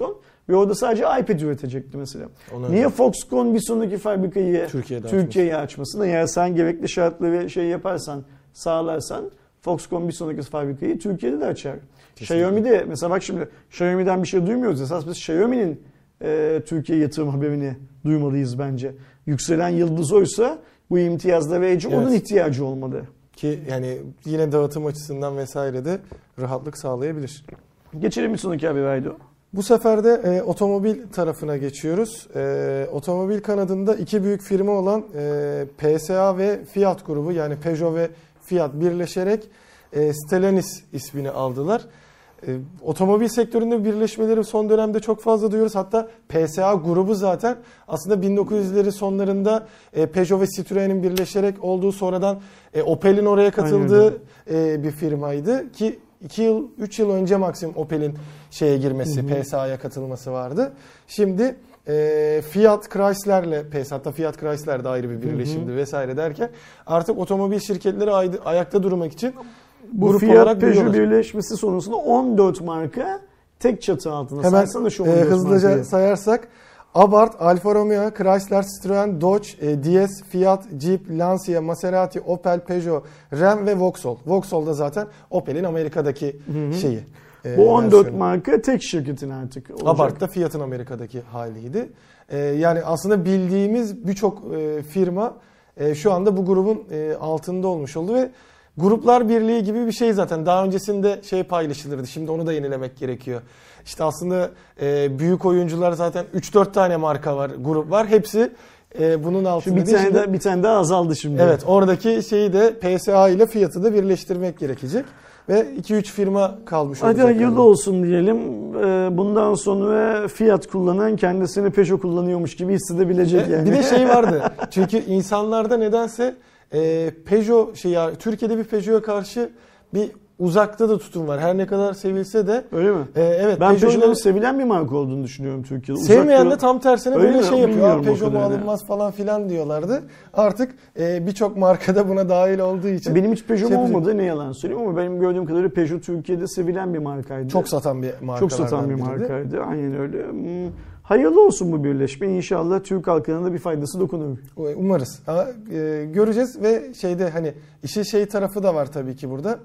Ve orada sadece iPad üretecekti mesela. Ona Niye öyle. Foxconn bir sonraki fabrikayı Türkiye'de Türkiye'ye açmasın? Eğer sen gerekli şartları şey yaparsan, sağlarsan Foxconn bir sonraki fabrikayı Türkiye'de de açar. Kesinlikle. Xiaomi de mesela bak şimdi Xiaomi'den bir şey duymuyoruz. Esas biz Xiaomi'nin e, Türkiye yatırım haberini duymalıyız bence. Yükselen yıldız oysa bu imtiyazda verecek, Evet. onun ihtiyacı olmalı. Ki yani yine dağıtım açısından vesaire de rahatlık sağlayabilir. Geçelim bir sonraki haberi Aydo. Bu sefer de e, otomobil tarafına geçiyoruz. E, otomobil kanadında iki büyük firma olan e, P S A ve Fiat grubu, yani Peugeot ve Fiat birleşerek e, Stellantis ismini aldılar. E, otomobil sektöründe birleşmeleri son dönemde çok fazla duyuyoruz. Hatta P S A grubu zaten aslında bin dokuz yüzlerin sonlarında e, Peugeot ve Citroen'in birleşerek olduğu, sonradan e, Opel'in oraya katıldığı e, bir firmaydı ki iki yıl, üç yıl önce maksimum Opel'in şeye girmesi, hı hı. P S A'ya katılması vardı. Şimdi e, Fiat Chrysler'le P S A, hatta Fiat Chrysler de ayrı bir birleşimdi, hı hı. vesaire derken artık otomobil şirketleri ay, ayakta durmak için bu grup Fiat olarak Peugeot büyüyorlar. birleşmesi sonrasında on dört marka tek çatı altında. Hemen şu e, hızlıca markayı sayarsak Abarth, Alfa Romeo, Chrysler, Citroen, Dodge, e, D S, Fiat, Jeep, Lancia, Maserati, Opel, Peugeot, Ram ve Vauxhall. Vauxhall da zaten Opel'in Amerika'daki hı hı. şeyi. E, Bu on dört versiyonu. Marka tek şirketin artık olacak. Abarth da Fiat'ın Amerika'daki haliydi. E, yani aslında bildiğimiz birçok e, firma e, şu anda bu grubun e, altında olmuş oldu ve Gruplar Birliği gibi bir şey zaten. Daha öncesinde şey paylaşılırdı. Şimdi onu da yenilemek gerekiyor. İşte aslında e, büyük oyuncular zaten üç dört tane marka var, grup var. Hepsi e, bunun altında. Bir tane, de, bir tane daha azaldı şimdi. Evet, oradaki şeyi de P S A ile Fiat'ı da birleştirmek gerekecek. Ve iki üç firma kalmış olacak. Hadi hayırlı olsun diyelim. Bundan sonra Fiat kullanan kendisini Peugeot kullanıyormuş gibi hissedebilecek yani. Bir de şey vardı. Çünkü insanlarda nedense e, Peugeot şey ya, Türkiye'de bir Peugeot'a karşı bir uzakta da tutum var. Her ne kadar sevilse de. Öyle mi? E, evet. Ben Peugeot'un sevilen bir marka olduğunu düşünüyorum Türkiye'de. Sevmeyen de tam tersine öyle böyle mi? şey yapıyor. Peugeot mu yani. alınmaz falan filan diyorlardı. Artık e, birçok markada buna dahil olduğu için. Benim hiç Peugeot şey olmadı, ne yalan söyleyeyim, ama benim gördüğüm kadarıyla Peugeot Türkiye'de sevilen bir markaydı. Çok satan bir marka. Çok satan bir markaydı. Aynen öyle. Hmm. Hayırlı olsun bu birleşme. İnşallah Türk halkına da bir faydası dokunur. Umarız. Ama e, göreceğiz ve şeyde hani işin şey tarafı da var tabii ki burada.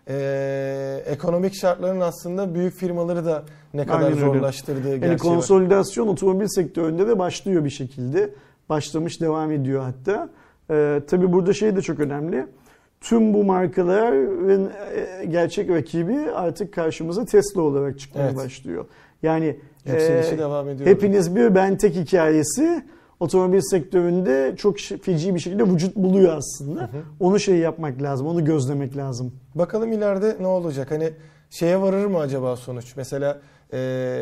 Ee, ekonomik şartların aslında büyük firmaları da ne kadar Aynen zorlaştırdığı öyle. gerçeği yani konsolidasyon var. Otomobil sektöründe de başlıyor bir şekilde. Başlamış, devam ediyor hatta. Ee, tabii burada şey de çok önemli. Tüm bu markaların gerçek rakibi artık karşımıza Tesla olarak çıkmaya evet. başlıyor. Yani yükselişi e, devam ediyor. Hepiniz bir ben tek hikayesi otomobil sektöründe çok feci bir şekilde vücut buluyor aslında. Hı hı. Onu şey yapmak lazım, onu gözlemek lazım. Bakalım ileride ne olacak? Hani şeye varır mı acaba sonuç? Mesela ee,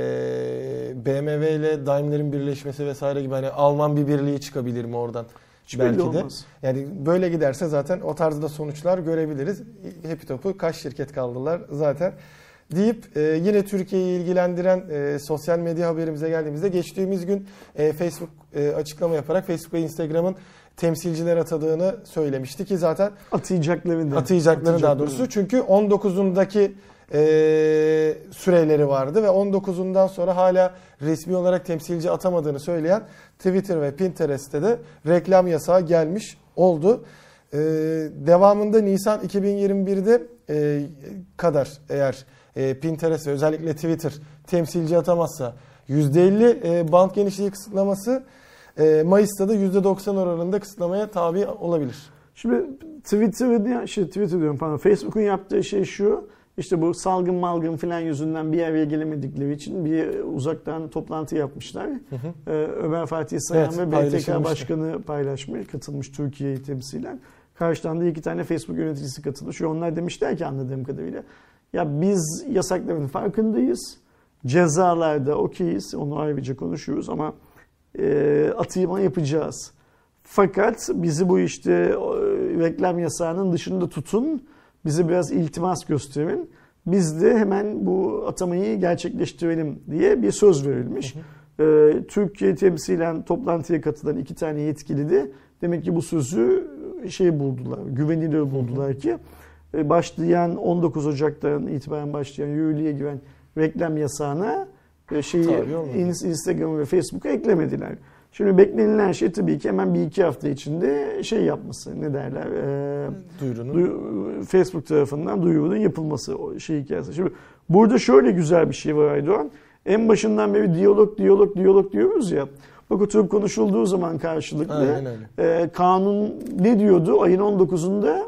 B M W ile Daimler'in birleşmesi vesaire gibi hani Alman bir birliği çıkabilir mi oradan? Hiç belki de. Olmaz. Yani böyle giderse zaten o tarzda sonuçlar görebiliriz. Happy Top'u kaç şirket kaldılar zaten. Deyip e, yine Türkiye'yi ilgilendiren e, sosyal medya haberimize geldiğimizde geçtiğimiz gün e, Facebook e, açıklama yaparak Facebook ve Instagram'ın temsilciler atadığını söylemişti ki zaten atayacaklarını atayacaklarını daha doğrusu çünkü on dokuzundaki e, süreleri vardı ve on dokuzundan sonra hala resmi olarak temsilci atamadığını söyleyen Twitter ve Pinterest'te de reklam yasağı gelmiş oldu. E, devamında Nisan iki bin yirmi birde e, kadar eğer e, Pinterest ve özellikle Twitter temsilci atamazsa yüzde elli band genişliği kısıtlaması, e, Mayıs'ta da yüzde doksan oranında kısıtlamaya tabi olabilir. Şimdi Twitter'ın şey Twitter diyorum pardon Facebook'un yaptığı şey şu. İşte bu salgın malgın filan yüzünden bir araya gelemedikleri için bir uzaktan toplantı yapmışlar. Hı hı. Ee, Ömer Fatih Sayan evet, ve B T K Başkanı paylaşmış, katılmış Türkiye'yi temsilen. Karşıdan da iki tane Facebook yöneticisi katılmış. Ve onlar demişler ki anladığım kadarıyla ya biz yasakların farkındayız. Cezalarda okeyiz. Onu ayrıca konuşuyoruz ama e, atayma yapacağız. Fakat bizi bu işte e, reklam yasağının dışında tutun. Bize biraz iltimas gösterin. Biz de hemen bu atamayı gerçekleştirelim diye bir söz verilmiş. Hı hı. Ee, Türkiye temsilen toplantıya katılan iki tane yetkili de demek ki bu sözü şey buldular, güvenilir buldular hı hı. ki başlayan on dokuz Ocak'tan itibaren başlayan yürürlüğe giren reklam yasağına şeyi Tabii, Instagram ve Facebook'a eklemediler. Şimdi beklenilen şey tabii ki hemen bir iki hafta içinde şey yapması, ne derler, e, duyurunun duy, Facebook tarafından duyurunun yapılması o şey hikayesi. Şimdi burada şöyle güzel bir şey var Aydoğan. En başından beri diyalog, diyalog, diyalog diyoruz ya. Bak oturup konuşulduğu zaman karşılıklı e, kanun ne diyordu? Ayın on dokuzunda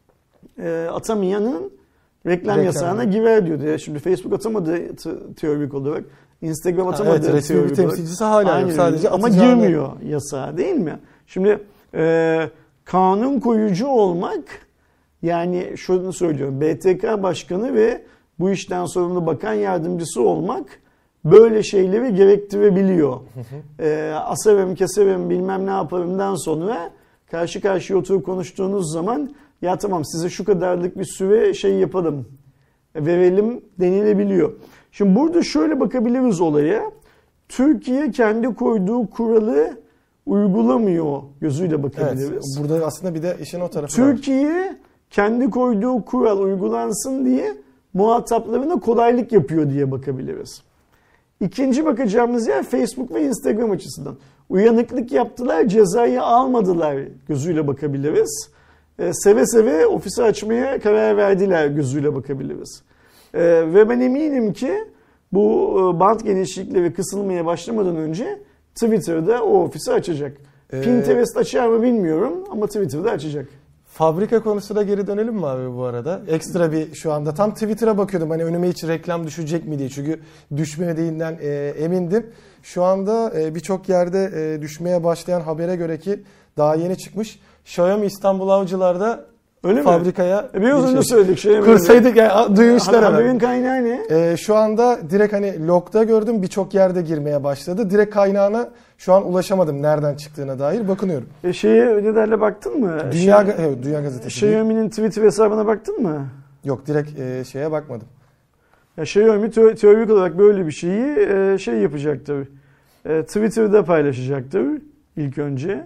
e, atamayanın reklam, reklam yasağına girer diyordu. Ya şimdi Facebook atamadı teorik olarak. Instagram atamadı. Evet, resmi bir temsilcisi hala yok. Sadece ama girmiyor yasağa, değil mi? Şimdi e, kanun koyucu olmak, yani şunu söylüyorum, B T K başkanı ve bu işten sorumlu bakan yardımcısı olmak böyle şeyleri gerektirebiliyor. e, asarım, keserim, bilmem ne yaparımdan sonra karşı karşıya oturup konuştuğunuz zaman ya tamam size şu kadarlık bir süre şey yapalım, verelim denilebiliyor. Şimdi burada şöyle bakabiliriz olaya. Türkiye kendi koyduğu kuralı uygulamıyor gözüyle bakabiliriz. Evet, burada aslında bir de işin o tarafı Türkiye, var. Türkiye kendi koyduğu kural uygulansın diye muhataplarına kolaylık yapıyor diye bakabiliriz. İkinci bakacağımız yer Facebook ve Instagram açısından. Uyanıklık yaptılar, cezayı almadılar gözüyle bakabiliriz. Ee, seve seve ofisi açmaya karar verdiler gözüyle bakabiliriz. Ee, ve ben eminim ki bu bant genişlikleri kısılmaya başlamadan önce Twitter'da o ofisi açacak. Ee, Pinterest açar mı bilmiyorum ama Twitter'da açacak. Fabrika konusuna geri dönelim mi abi bu arada? Ekstra bir şu anda tam Twitter'a bakıyordum hani önüme hiç reklam düşecek mi diye. Çünkü düşmediğinden e, emindim. Şu anda e, birçok yerde e, düşmeye başlayan habere göre ki daha yeni çıkmış. Xiaomi İstanbul Avcılar'da öyle fabrikaya mi? E, bir uzun söyledik. Şey Kursaydık yani duymuşlar hemen. Haberin kaynağı ne? E, şu anda direkt hani log'da gördüm birçok yerde girmeye başladı. Direkt kaynağına şu an ulaşamadım nereden çıktığına dair bakınıyorum. E şeye ne derle baktın mı? Dünya, şey, evet, Dünya Gazetesi. Xiaomi'nin Twitter hesabına baktın mı? Yok direkt e, şeye bakmadım. Ya Xiaomi te- teorik olarak böyle bir şeyi e, şey yapacaktır. E, Twitter'da paylaşacaktır ilk önce.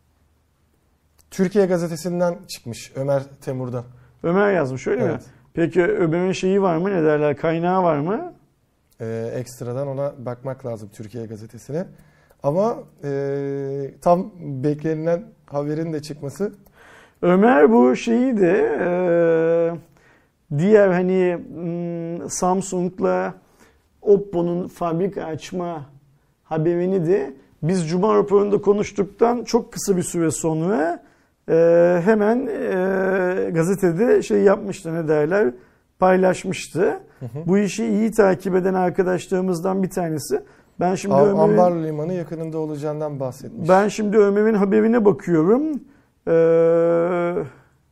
Türkiye Gazetesi'nden çıkmış Ömer Temur'dan. Ömer yazmış öyle evet. mi? Peki Ömer'in şeyi var mı, ne derler, kaynağı var mı? Ee, ekstradan ona bakmak lazım Türkiye Gazetesi'ne. Ama e, tam beklenilen haberin de çıkması. Ömer bu şeyi de e, diğer hani Samsung'la Oppo'nun fabrika açma haberini de biz Cuma raporunda konuştuktan çok kısa bir süre sonra e, hemen e, gazetede şey yapmıştı, ne derler, paylaşmıştı. Hı hı. Bu işi iyi takip eden arkadaşlarımızdan bir tanesi. Ben şimdi Am- Ömer'in, Ambar Limanı yakınında olacağından bahsetmiş. Ben şimdi Ömer'in haberine bakıyorum. Ee,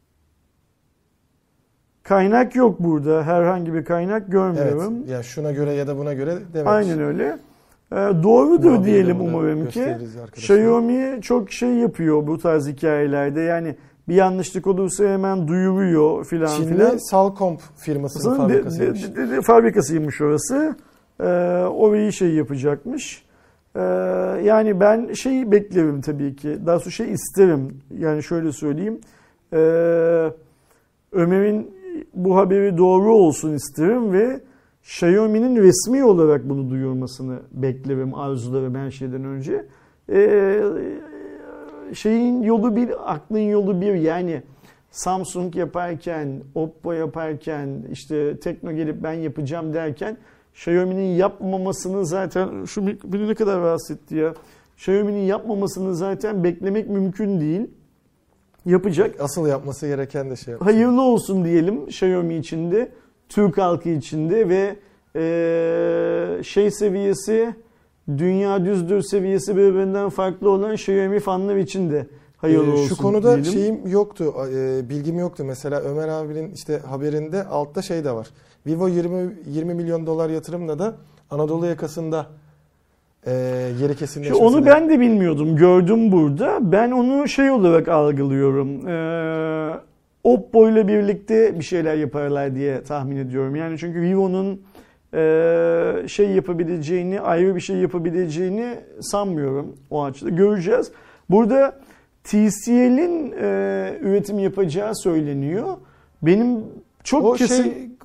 kaynak yok burada. Herhangi bir kaynak görmüyorum. Evet. Ya şuna göre ya da buna göre dememiş. Aynen öyle. Ee, doğrudur bu diyelim umarım ki. Xiaomi çok şey yapıyor bu tarz hikayelerde. Yani bir yanlışlık olursa hemen duyuruyor filan filan. Çin'de Salcomp firmasının Aslında fabrikasıymış. De, de, de, fabrikasıymış orası. Ee, orayı şey yapacakmış. Ee, yani ben şeyi beklerim tabii ki. Daha sonra şey isterim. Yani şöyle söyleyeyim. Ee, Ömer'in bu haberi doğru olsun isterim ve Xiaomi'nin resmi olarak bunu duyurmasını beklerim, arzularım her şeyden önce. Ee, şeyin yolu bir, aklın yolu bir. Yani Samsung yaparken, Oppo yaparken, işte Tekno gelip ben yapacağım derken Xiaomi'nin yapmamasını zaten, şu beni ne kadar rahatsız etti ya. Xiaomi'nin yapmamasını zaten beklemek mümkün değil. Yapacak. Asıl yapması gereken de şey yapacak. Hayırlı olsun diyelim Xiaomi için de, Türk halkı için de ve ee, şey seviyesi, dünya düzdür seviyesi birbirinden farklı olan Xiaomi fanlar için de hayırlı olsun. Şu konuda diyelim. şeyim yoktu, bilgim yoktu. Mesela Ömer abinin işte haberinde altta şey de var. Vivo yirmi milyon dolar yatırımla da Anadolu yakasında e, yeri kesinleşmesine. Onu ben de bilmiyordum. Gördüm burada. Ben onu şey olarak algılıyorum. Ee, Oppo ile birlikte bir şeyler yaparlar diye tahmin ediyorum. Yani çünkü Vivo'nun e, şey yapabileceğini, ayrı bir şey yapabileceğini sanmıyorum o açıda. Göreceğiz. Burada T C L'in e, üretim yapacağı söyleniyor. Benim çok o kesin... şey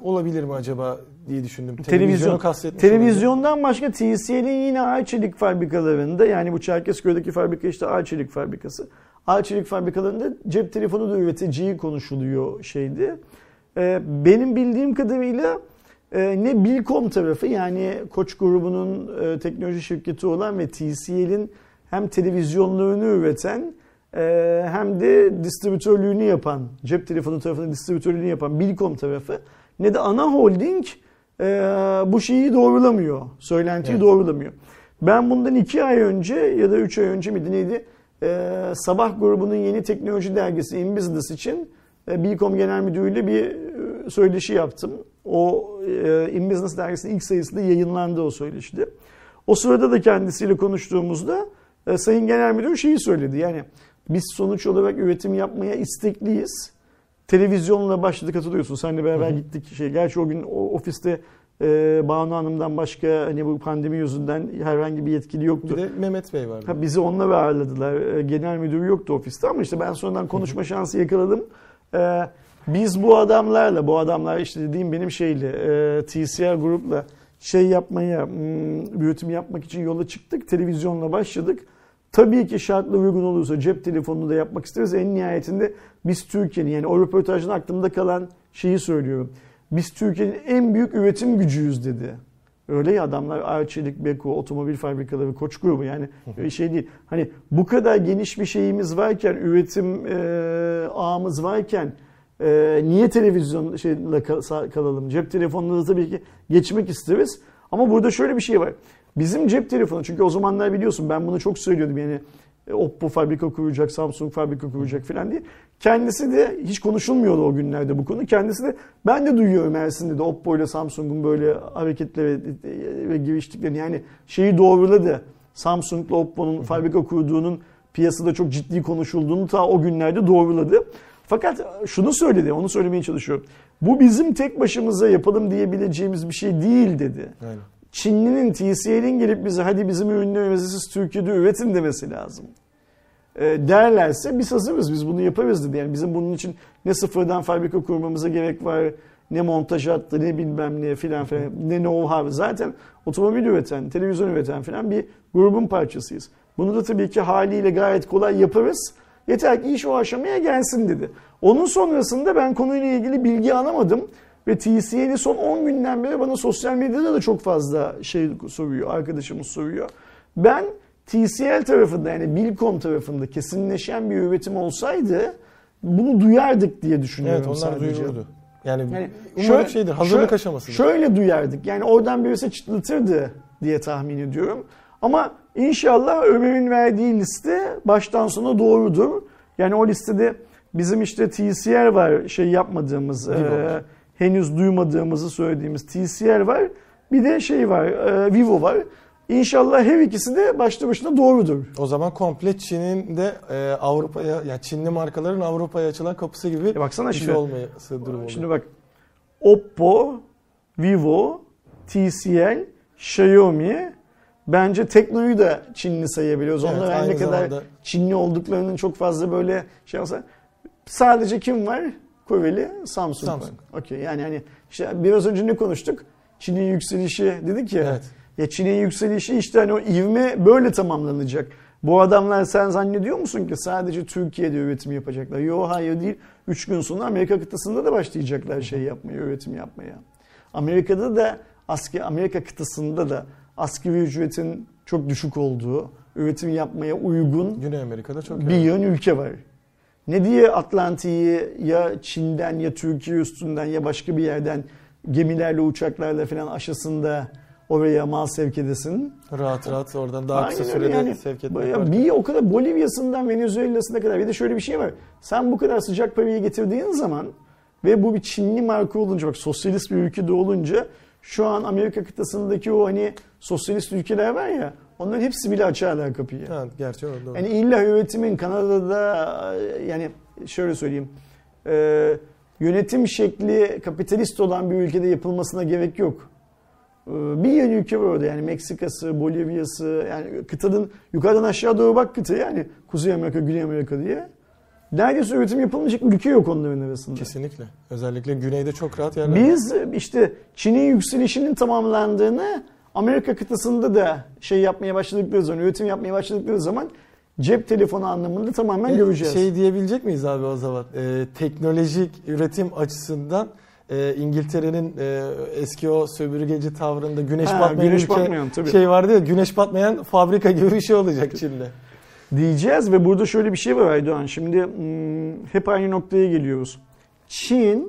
olabilir mi acaba diye düşündüm. Televizyon, kastetmiş televizyondan olabilir. Başka T C L'in yine Arçelik fabrikalarında, yani bu Çerkezköy'deki fabrika işte Arçelik fabrikası. Arçelik fabrikalarında cep telefonu da üreteceği konuşuluyor şeydi. Ee, benim bildiğim kadarıyla e, ne Bilkom tarafı, yani Koç grubunun e, teknoloji şirketi olan ve T C L'in hem televizyonlarını üreten e, hem de distribütörlüğünü yapan, cep telefonu tarafının distribütörlüğünü yapan Bilkom tarafı, ne de ana holding e, bu şeyi doğrulamıyor. Söylentiyi evet. doğrulamıyor. Ben bundan iki ay önce ya da üç ay önce miydi neydi? E, Sabah grubunun yeni teknoloji dergisi In Business için e, Bilkom Genel Müdürü'yle bir e, söyleşi yaptım. O e, In Business dergisinin ilk sayısında yayınlandı o söyleşide. O sırada da kendisiyle konuştuğumuzda e, Sayın Genel Müdür şeyi söyledi. Yani biz sonuç olarak üretim yapmaya istekliyiz. Televizyonla başladık, hatırlıyorsun. Seninle beraber hı hı. gittik. Şey, gerçi o gün o ofiste e, Banu Hanım'dan başka hani bu pandemi yüzünden herhangi bir yetkili yoktu. Bir de Mehmet Bey vardı. Ha, bizi onunla ağırladılar. E, genel müdür yoktu ofiste ama işte ben sonradan konuşma hı hı. şansı yakaladım. E, biz bu adamlarla, bu adamlar işte dediğim benim şeyle, e, T C R grupla şey yapmaya, hmm, üretim yapmak için yola çıktık. Televizyonla başladık. Tabii ki şartlar uygun olursa cep telefonunu da yapmak isteriz. En nihayetinde biz Türkiye'nin, yani o röportajın aklımda kalan şeyi söylüyorum. Biz Türkiye'nin en büyük üretim gücüyüz dedi. Öyle ya, adamlar Arçelik, Beko, otomobil fabrikaları, Koç grubu, yani şey değil. Hani bu kadar geniş bir şeyimiz varken, üretim e, ağımız varken e, niye televizyon şeyle kalalım? Cep telefonları tabii ki geçmek isteriz. Ama burada şöyle bir şey var. Bizim cep telefonu, çünkü o zamanlar biliyorsun ben bunu çok söylüyordum, yani Oppo fabrika kuracak, Samsung fabrika kuracak falan diye. Kendisi de hiç konuşulmuyordu o günlerde bu konu. Kendisi de ben de duyuyorum Ersin'de de Oppo ile Samsung'un böyle hareketleri ve giriştiklerini, yani şeyi doğruladı. Samsung'la Oppo'nun fabrika kurduğunun piyasada çok ciddi konuşulduğunu ta o günlerde doğruladı. Fakat şunu söyledi, onu söylemeye çalışıyorum. Bu bizim tek başımıza yapalım diyebileceğimiz bir şey değil dedi. Aynen. Çinli'nin, T C L'in gelip bize hadi bizim ürünlerimizi siz Türkiye'de üretin demesi lazım. E, derlerse biz hazırız, biz bunu yaparız dedi. Yani bizim bunun için ne sıfırdan fabrika kurmamıza gerek var, ne montaj hattı, ne bilmem ne filan filan, ne know-how. Zaten otomobil üreten, televizyon üreten filan bir grubun parçasıyız. Bunu da tabii ki haliyle gayet kolay yaparız. Yeter ki iş o aşamaya gelsin dedi. Onun sonrasında ben konuyla ilgili bilgi alamadım. Ve T C L'yi son on günden beri bana sosyal medyada da çok fazla şey soruyor, arkadaşımız soruyor. Ben T C L tarafında, yani Bilkom tarafında kesinleşen bir üretim olsaydı bunu duyardık diye düşünüyorum. Evet, onlar sadece. Duyurdu. Yani, yani umarım şöyle, şeydir, hazırlık şöyle, aşamasıdır. Şöyle duyardık, yani oradan birisi çıtlatırdı diye tahmin ediyorum. Ama inşallah Ömer'in verdiği liste baştan sona doğrudur. Yani o listede bizim işte T C R var, şey yapmadığımız... E, henüz duymadığımızı söylediğimiz T C R var. Bir de şey var, e, Vivo var. İnşallah her ikisi de başlı başına doğrudur. O zaman komple Çin'in de e, Avrupa'ya, yani Çinli markaların Avrupa'ya açılan kapısı gibi e baksana bir şimdi, şey olması durumu oluyor. Şimdi bak, Oppo, Vivo, T C L, Xiaomi, bence Tekno'yu da Çinli sayabiliyoruz. Evet, onlar her ne kadar zamanda... Çinli olduklarının çok fazla böyle şey olsa, sadece kim var? Koreli Samsung. Samsung. Okey, yani hani işte biraz önce ne konuştuk? Çin'in yükselişi dedik ya. Evet. Ya Çin'in yükselişi işte hani o ivme böyle tamamlanacak. Bu adamlar, sen zannediyor musun ki sadece Türkiye'de üretim yapacaklar? Yok, hayır değil. Üç gün sonra Amerika kıtasında da başlayacaklar şey yapmaya, üretim yapmaya. Amerika'da da askeri, Amerika kıtasında da asgari ücretin çok düşük olduğu, üretim yapmaya uygun Güney Amerika'da çok bir yön ülke var. Ne diye Atlantik'i ya Çin'den ya Türkiye üstünden ya başka bir yerden gemilerle, uçaklarla falan aşısında oraya mal sevk edesin. Rahat rahat oradan daha kısa sürede yani, sevk etmek var. Bir o kadar Bolivya'sından Venezuela'sına kadar. Bir de şöyle bir şey var. Sen bu kadar sıcak parayı getirdiğin zaman ve bu bir Çinli marka olunca, bak sosyalist bir ülkede olunca, şu an Amerika kıtasındaki o hani sosyalist ülkeler var ya, onların hepsi bile açarlar kapıyı. Evet, gerçi öyle. Yani illa üretimin Kanada'da, yani şöyle söyleyeyim, e, yönetim şekli kapitalist olan bir ülkede yapılmasına gerek yok. E, bir yeni ülke var orada, yani Meksika'sı, Bolivya'sı, yani kıtanın yukarıdan aşağı doğru bak kıta, yani Kuzey Amerika, Güney Amerika diye. neredeyse üretim yapılmayacak ülke yok onların arasında. Kesinlikle. Özellikle güneyde çok rahat yerler. Biz işte Çin'in yükselişinin tamamlandığını Amerika kıtasında da şey yapmaya başladıkları zaman, üretim yapmaya başladıkları zaman cep telefonu anlamında tamamen e, göreceğiz. Şey diyebilecek miyiz abi o zaman? E, teknolojik üretim açısından e, İngiltere'nin e, eski o sömürgeci tavrında güneş ha, batmayan güneş ülke batmayan, tabii. şey vardı ya, güneş batmayan fabrika gibi bir şey olacak Çin'de. Diyeceğiz ve burada şöyle bir şey var Aydoğan. Şimdi hmm, hep aynı noktaya geliyoruz. Çin,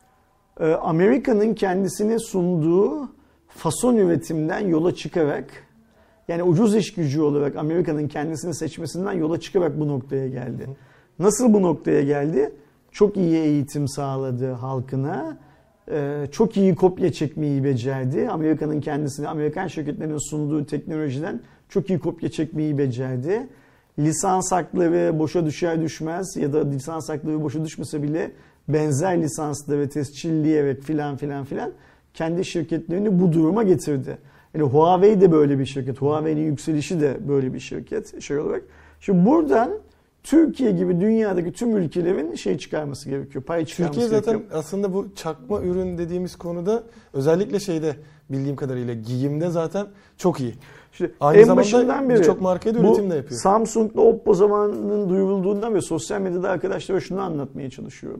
e, Amerika'nın kendisine sunduğu fason üretimden yola çıkarak, yani ucuz iş gücü olarak Amerika'nın kendisini seçmesinden yola çıkarak bu noktaya geldi. Nasıl bu noktaya geldi? Çok iyi eğitim sağladı halkına, e, çok iyi kopya çekmeyi becerdi. Amerika'nın kendisine, Amerikan şirketlerinin sunduğu teknolojiden çok iyi kopya çekmeyi becerdi. Lisans hakları boşa düşer düşmez ya da lisans hakları boşa düşmese bile benzer lisansları tescilleyerek filan filan filan kendi şirketlerini bu duruma getirdi. Yani Huawei de böyle bir şirket. Huawei'nin yükselişi de böyle bir şirket şey olarak. Şimdi buradan Türkiye gibi dünyadaki tüm ülkelerin şey çıkarması gerekiyor. Pay çıkarması Türkiye zaten gerekiyor. aslında bu çakma ürün dediğimiz konuda özellikle şeyde bildiğim kadarıyla giyimde zaten çok iyi. İşte Aynı en başından zamanda beri birçok markaya da üretim de yapıyor. Samsung'la Oppo zamanının duyurulduğundan ve sosyal medyada arkadaşlara şunu anlatmaya çalışıyorum.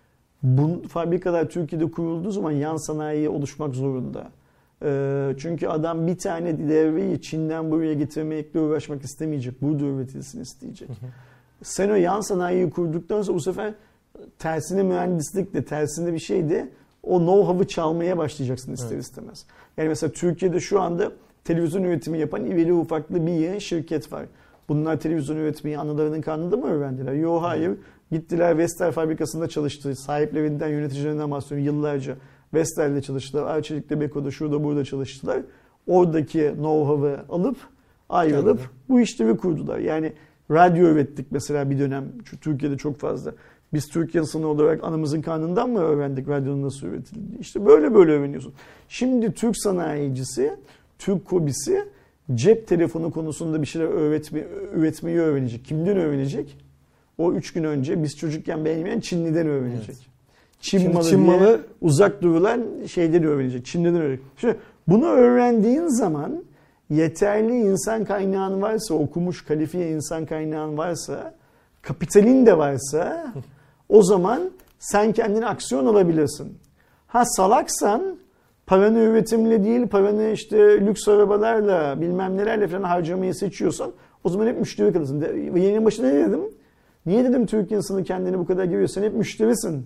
Bu fabrikalar Türkiye'de kurulduğu zaman yan sanayi oluşmak zorunda. Ee, çünkü adam bir tane devreyi Çin'den buraya getirmekle uğraşmak istemeyecek. Burada üretilsin isteyecek. Hı hı. Sen o yan sanayiyi kurduktan sonra bu sefer tersine mühendislik de, tersine bir şey de o know-how'ı çalmaya başlayacaksın ister evet. istemez. Yani mesela Türkiye'de şu anda televizyon üretimi yapan iveli ufaklı bir şirket var. Bunlar televizyon üretmeyi analarının karnında mı öğrendiler? Yok hayır. Gittiler Vestel fabrikasında çalıştı. Sahiplerinden, yöneticilerinden bahsediyorum yıllarca. Vestel'de çalıştılar. Arçelik'te, Beko'da, şurada, burada çalıştılar. Oradaki know-how'ı alıp, ayrılıp evet. bu işleri kurdular. Yani radyo ürettik mesela bir dönem. Şu Türkiye'de çok fazla. Biz Türkiye sınıfı olarak anamızın karnından mı öğrendik radyonun nasıl üretildiğini? İşte böyle böyle öğreniyorsun. Şimdi Türk sanayicisi, Türk KOBİ'si cep telefonu konusunda bir şeyler öğretme, üretmeyi öğrenecek. Kimden öğrenecek? O üç gün önce biz çocukken beğenmeyen Çinli'den öğrenecek. Evet. Çin, Çin malı, Çin malı uzak durulan şeyden öğrenecek. Çinli'den öğrenecek. Şimdi bunu öğrendiğin zaman yeterli insan kaynağın varsa, okumuş kalifiye insan kaynağın varsa, kapitalin de varsa o zaman sen kendine aksiyon alabilirsin. Ha salaksan paranı üretimle değil, paranı işte lüks arabalarla bilmem nelerle falan harcamayı seçiyorsan o zaman hep müşteri kalırsın. Yayının başında ne dedim? Niye dedim Türk insanı kendini bu kadar görüyorsan hep müşterisin.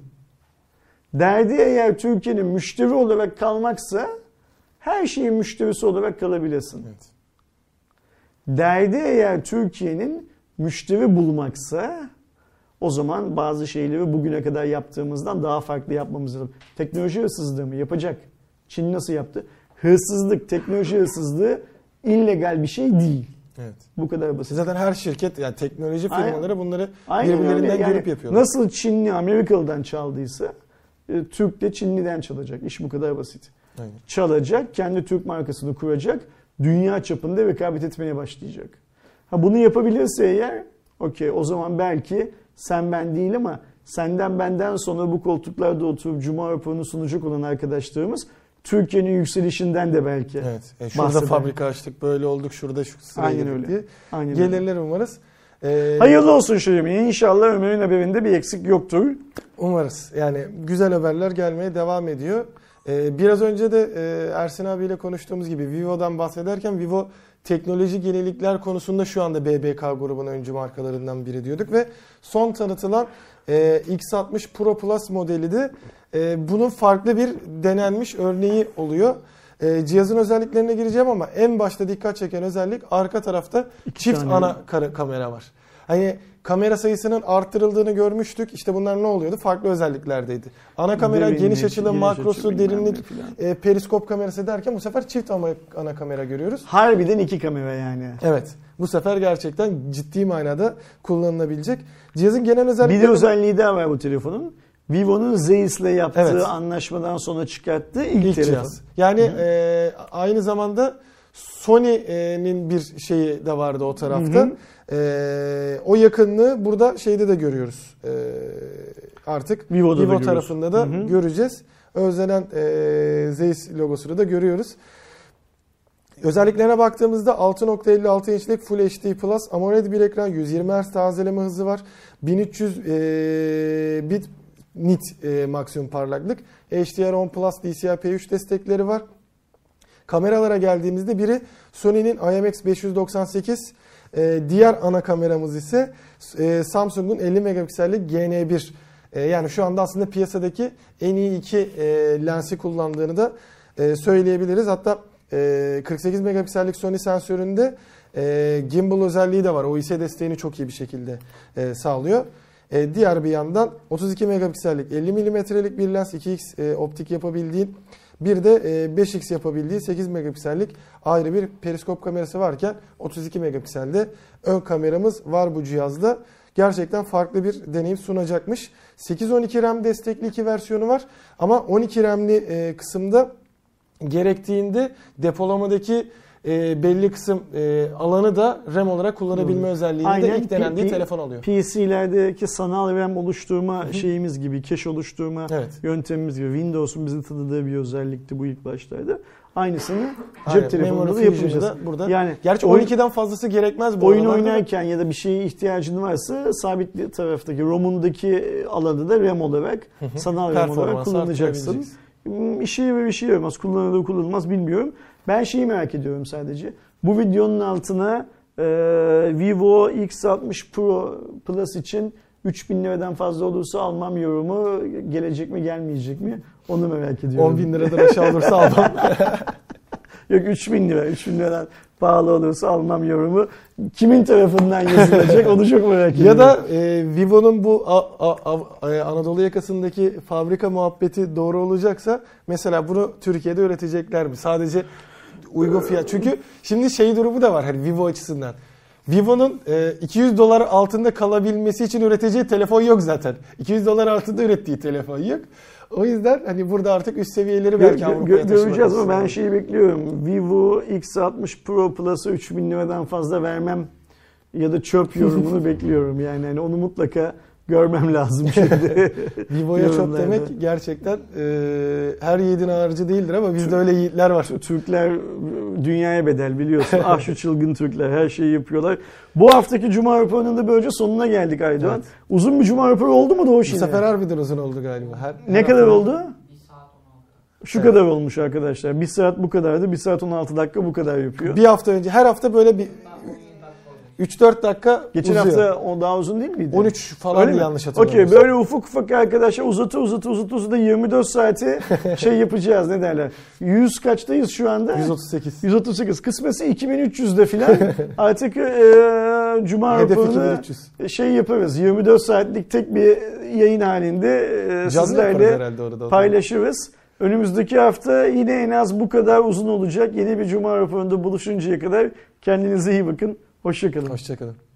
Derdi eğer Türkiye'nin müşteri olarak kalmaksa her şeyin müşterisi olarak kalabilirsin. Evet. Derdi eğer Türkiye'nin müşteri bulmaksa o zaman bazı şeyleri bugüne kadar yaptığımızdan daha farklı yapmamız lazım. Teknoloji hırsızlığı mı? Yapacak. Çin nasıl yaptı? Hırsızlık, teknoloji hırsızlığı illegal bir şey değil. Evet. Bu kadar basit. Zaten her şirket yani teknoloji firmaları Aynen. bunları Aynen birbirlerinden yani görüp yapıyorlar. Nasıl Çinli Amerikalı'dan çaldıysa Türk de Çinli'den çalacak. İş bu kadar basit. Aynen. Çalacak, kendi Türk markasını kuracak, dünya çapında rekabet etmeye başlayacak. Ha bunu yapabilirse eğer, okey o zaman belki sen ben değil ama senden benden sonra bu koltuklarda oturup Cuma raporunu sunacak olan arkadaşlarımız Türkiye'nin yükselişinden de belki evet. E şurada bahseder. Fabrika açtık, böyle olduk, şurada şu sıraya Aynen öyle. diye. Aynen gelirler öyle. umarız. Ee, Hayırlı olsun Şirin. İnşallah Ömer'in haberinde bir eksik yoktur. Umarız. Yani güzel haberler gelmeye devam ediyor. Ee, biraz önce de e, Ersin abiyle konuştuğumuz gibi Vivo'dan bahsederken Vivo teknolojik yenilikler konusunda şu anda B B K grubunun öncü markalarından biri diyorduk ve son tanıtılan e, X altmış Pro Plus modeli de e, bunun farklı bir denenmiş örneği oluyor. E, cihazın özelliklerine gireceğim ama en başta dikkat çeken özellik arka tarafta İki çift tane. ana kar- kamera var. Hani kamera sayısının arttırıldığını görmüştük. İşte bunlar ne oluyordu? Farklı özelliklerdeydi. Ana kamera, derinlik, geniş açılı, geniş makrosu, açı, derinlik, e, periskop kamerası derken bu sefer çift ana, ana kamera görüyoruz. Harbiden iki kamera yani. Evet. Bu sefer gerçekten ciddi manada kullanılabilecek. Cihazın genel özellikleri... Bir de özelliği daha var bu telefonun. Vivo'nun Zeiss'le yaptığı evet. anlaşmadan sonra çıkarttığı ilk, ilk telefon. Cihaz. Yani e, aynı zamanda Sony'nin bir şeyi de vardı o tarafta. Hı hı. Ee, o yakınlığı burada şeyde de görüyoruz. Ee, artık Vivo'da Vivo da tarafında da hı hı. göreceğiz. Özlenen e, Zeiss logosunu da görüyoruz. Özelliklerine baktığımızda altı nokta elli altı inçlik Full H D Plus AMOLED bir ekran, yüz yirmi hertz tazeleme hızı var. bin üç yüz e, bit nit e, maksimum parlaklık. H D R on Plus D C I P üç destekleri var. Kameralara geldiğimizde biri Sony'nin I M X beş yüz doksan sekiz, e, diğer ana kameramız ise e, Samsung'un elli megapiksellik G N bir. E, yani şu anda aslında piyasadaki en iyi iki e, lensi kullandığını da e, söyleyebiliriz. Hatta e, kırk sekiz megapiksellik Sony sensöründe e, gimbal özelliği de var. O I S desteğini çok iyi bir şekilde e, sağlıyor. E, diğer bir yandan otuz iki megapiksellik elli milimetrelik bir lens, iki x e, optik yapabildiğin, bir de e, beş x yapabildiği sekiz megapiksellik ayrı bir periskop kamerası varken otuz iki megapikselde ön kameramız var bu cihazda. Gerçekten farklı bir deneyim sunacakmış. sekiz on iki RAM destekli iki versiyonu var ama on iki RAM'li e, kısımda gerektiğinde depolamadaki e, belli kısım e, alanı da RAM olarak kullanabilme Doğru. özelliğini Aynen. de ilk denendiği P- telefon alıyor. P C'lerdeki sanal RAM oluşturma Hı-hı. şeyimiz gibi, cache oluşturma evet. yöntemimiz gibi Windows'un bizi tanıdığı bir özellikti bu ilk başlarda. Aynısını Aynen. cep telefonunda da yapacağız. Da burada. Yani gerçi on ikiden fazlası gerekmez bu oyun oynarken ya da bir şeye ihtiyacın varsa sabit taraftaki ROM'undaki alanı da RAM olarak Hı-hı. sanal RAM olarak kullanacaksın. İşe yarar, işe yaramaz, kullanılır kullanılmaz bilmiyorum. Ben şeyi merak ediyorum sadece. Bu videonun altına e, Vivo X altmış Pro Plus için üç bin liradan fazla olursa almam yorumu gelecek mi gelmeyecek mi? Onu merak ediyorum. on bin liradan aşağı olursa almam. Yok üç bin lira. üç bin liradan pahalı olursa almam yorumu. Kimin tarafından yazılacak onu çok merak ediyorum. Ya da e, Vivo'nun bu a, a, a, Anadolu yakasındaki fabrika muhabbeti doğru olacaksa mesela bunu Türkiye'de üretecekler mi? Sadece uygun fiyat. Çünkü şimdi şey durumu da var hani Vivo açısından. Vivo'nun e, iki yüz dolar altında kalabilmesi için üreteceği telefon yok zaten. iki yüz dolar altında ürettiği telefon yok. O yüzden hani burada artık üst seviyeleri belki Gö- Avrupa'ya gö- Göreceğiz ama ben şeyi bekliyorum. Vivo X altmış Pro Plus'a üç bin liradan fazla vermem ya da çöp yorumunu bekliyorum. Yani hani onu mutlaka görmem lazım şimdi. Vivo'ya çöp demek gerçekten e, her yiğidin harcı değildir ama bizde öyle yiğitler var. Türkler dünyaya bedel biliyorsun. Ah şu çılgın Türkler her şeyi yapıyorlar. Bu haftaki Cuma raporunun da böylece sonuna geldik Aydoğan. Evet. Uzun bir Cuma raporu oldu mu Doğuş? Bu sefer harbiden uzun oldu galiba. Her, ne her kadar hafta... oldu? Şu evet. kadar olmuş arkadaşlar. Bir saat bu kadardı. Bir saat on altı dakika bu kadar yapıyor. Bir hafta önce her hafta böyle bir üç dört dakika Geçen uzuyor. hafta o daha uzun değil miydi? on üç falan yanlış hatırlamıyorsam. Okey böyle ufak ufak arkadaşlar uzatı uzatı uzatı uzatı yirmi dört saati şey yapacağız ne derler. yüz kaçtayız şu anda? yüz otuz sekiz. yüz otuz sekiz. Kısmetse iki bin üç yüzde filan. Artık e, Cuma raporunu şey yaparız. yirmi dört saatlik tek bir yayın halinde e, sizlerle paylaşırız. Önümüzdeki hafta yine en az bu kadar uzun olacak. Yeni bir Cuma raporunda buluşuncaya kadar kendinize iyi bakın. Hoşça kalın. Hoşça kalın.